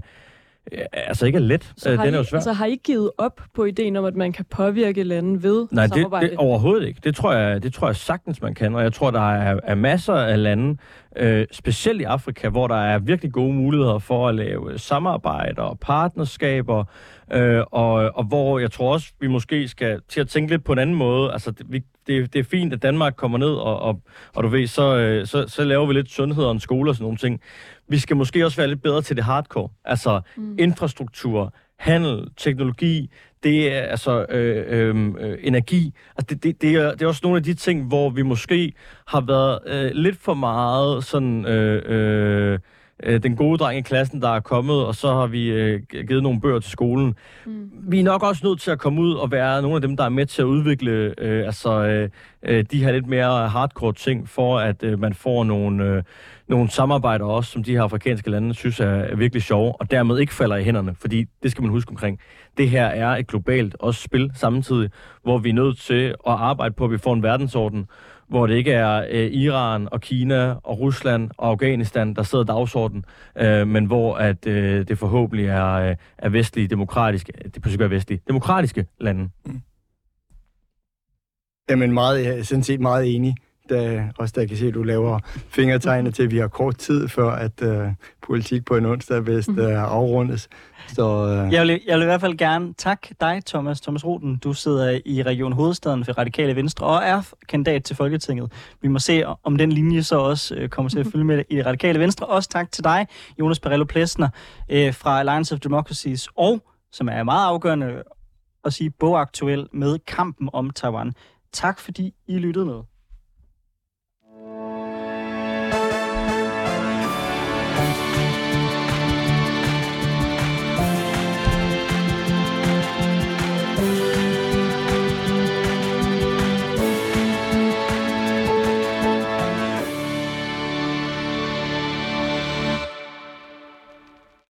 Altså ikke er let. Så Den har, er jo I, svær. altså, har I givet op på ideen om, at man kan påvirke lande ved Nej, samarbejde? Nej, det, det overhovedet ikke. Det tror, jeg, det tror jeg sagtens, man kan. Og jeg tror, der er, er masser af lande, øh, specielt i Afrika, hvor der er virkelig gode muligheder for at lave samarbejder og partnerskaber, øh, og, og hvor jeg tror også, vi måske skal til at tænke lidt på en anden måde. Altså, det, vi, det, det er fint, at Danmark kommer ned, og, og, og du ved, så, øh, så, så laver vi lidt sundhed og en skole og sådan nogle ting. Vi skal måske også være lidt bedre til det hardcore. Altså mm. infrastruktur, handel, teknologi, det er altså øh, øh, øh, energi. Altså, det, det, det, er, det er også nogle af de ting, hvor vi måske har været øh, lidt for meget sådan... Øh, øh, den gode dreng i klassen, der er kommet, og så har vi øh, givet nogle bøger til skolen. Mm. Vi er nok også nødt til at komme ud og være nogle af dem, der er med til at udvikle øh, altså, øh, de her lidt mere hardcore ting, for at øh, man får nogle, øh, nogle samarbejder også, som de her afrikanske lande synes er, er virkelig sjove, og dermed ikke falder i hænderne, fordi det skal man huske omkring. Det her er et globalt også spil samtidig, hvor vi er nødt til at arbejde på, at vi får en verdensorden, hvor det ikke er øh, Iran og Kina og Rusland og Afghanistan, der sidder dagsorden, øh, men hvor at øh, det forhåbentlig er, øh, er vestlige, demokratiske, det kan være vestlige, demokratiske lande. Mm. Jamen meget, jeg er sådan set meget enig. Da, også der kan se, at du laver fingertegnet til, at vi har kort tid, før at øh, politik på en onsdag bedst øh, afrundes. Så, øh... jeg, vil, jeg vil i hvert fald gerne takke dig, Thomas. Thomas Roden, du sidder i Region Hovedstaden for Radikale Venstre og er kandidat til Folketinget. Vi må se, om den linje så også øh, kommer til at følge med i Radikale Venstre. Også tak til dig, Jonas Barello Plesner øh, fra Alliance of Democracies, og som er meget afgørende at sige bogaktuel med kampen om Taiwan. Tak fordi I lyttede med.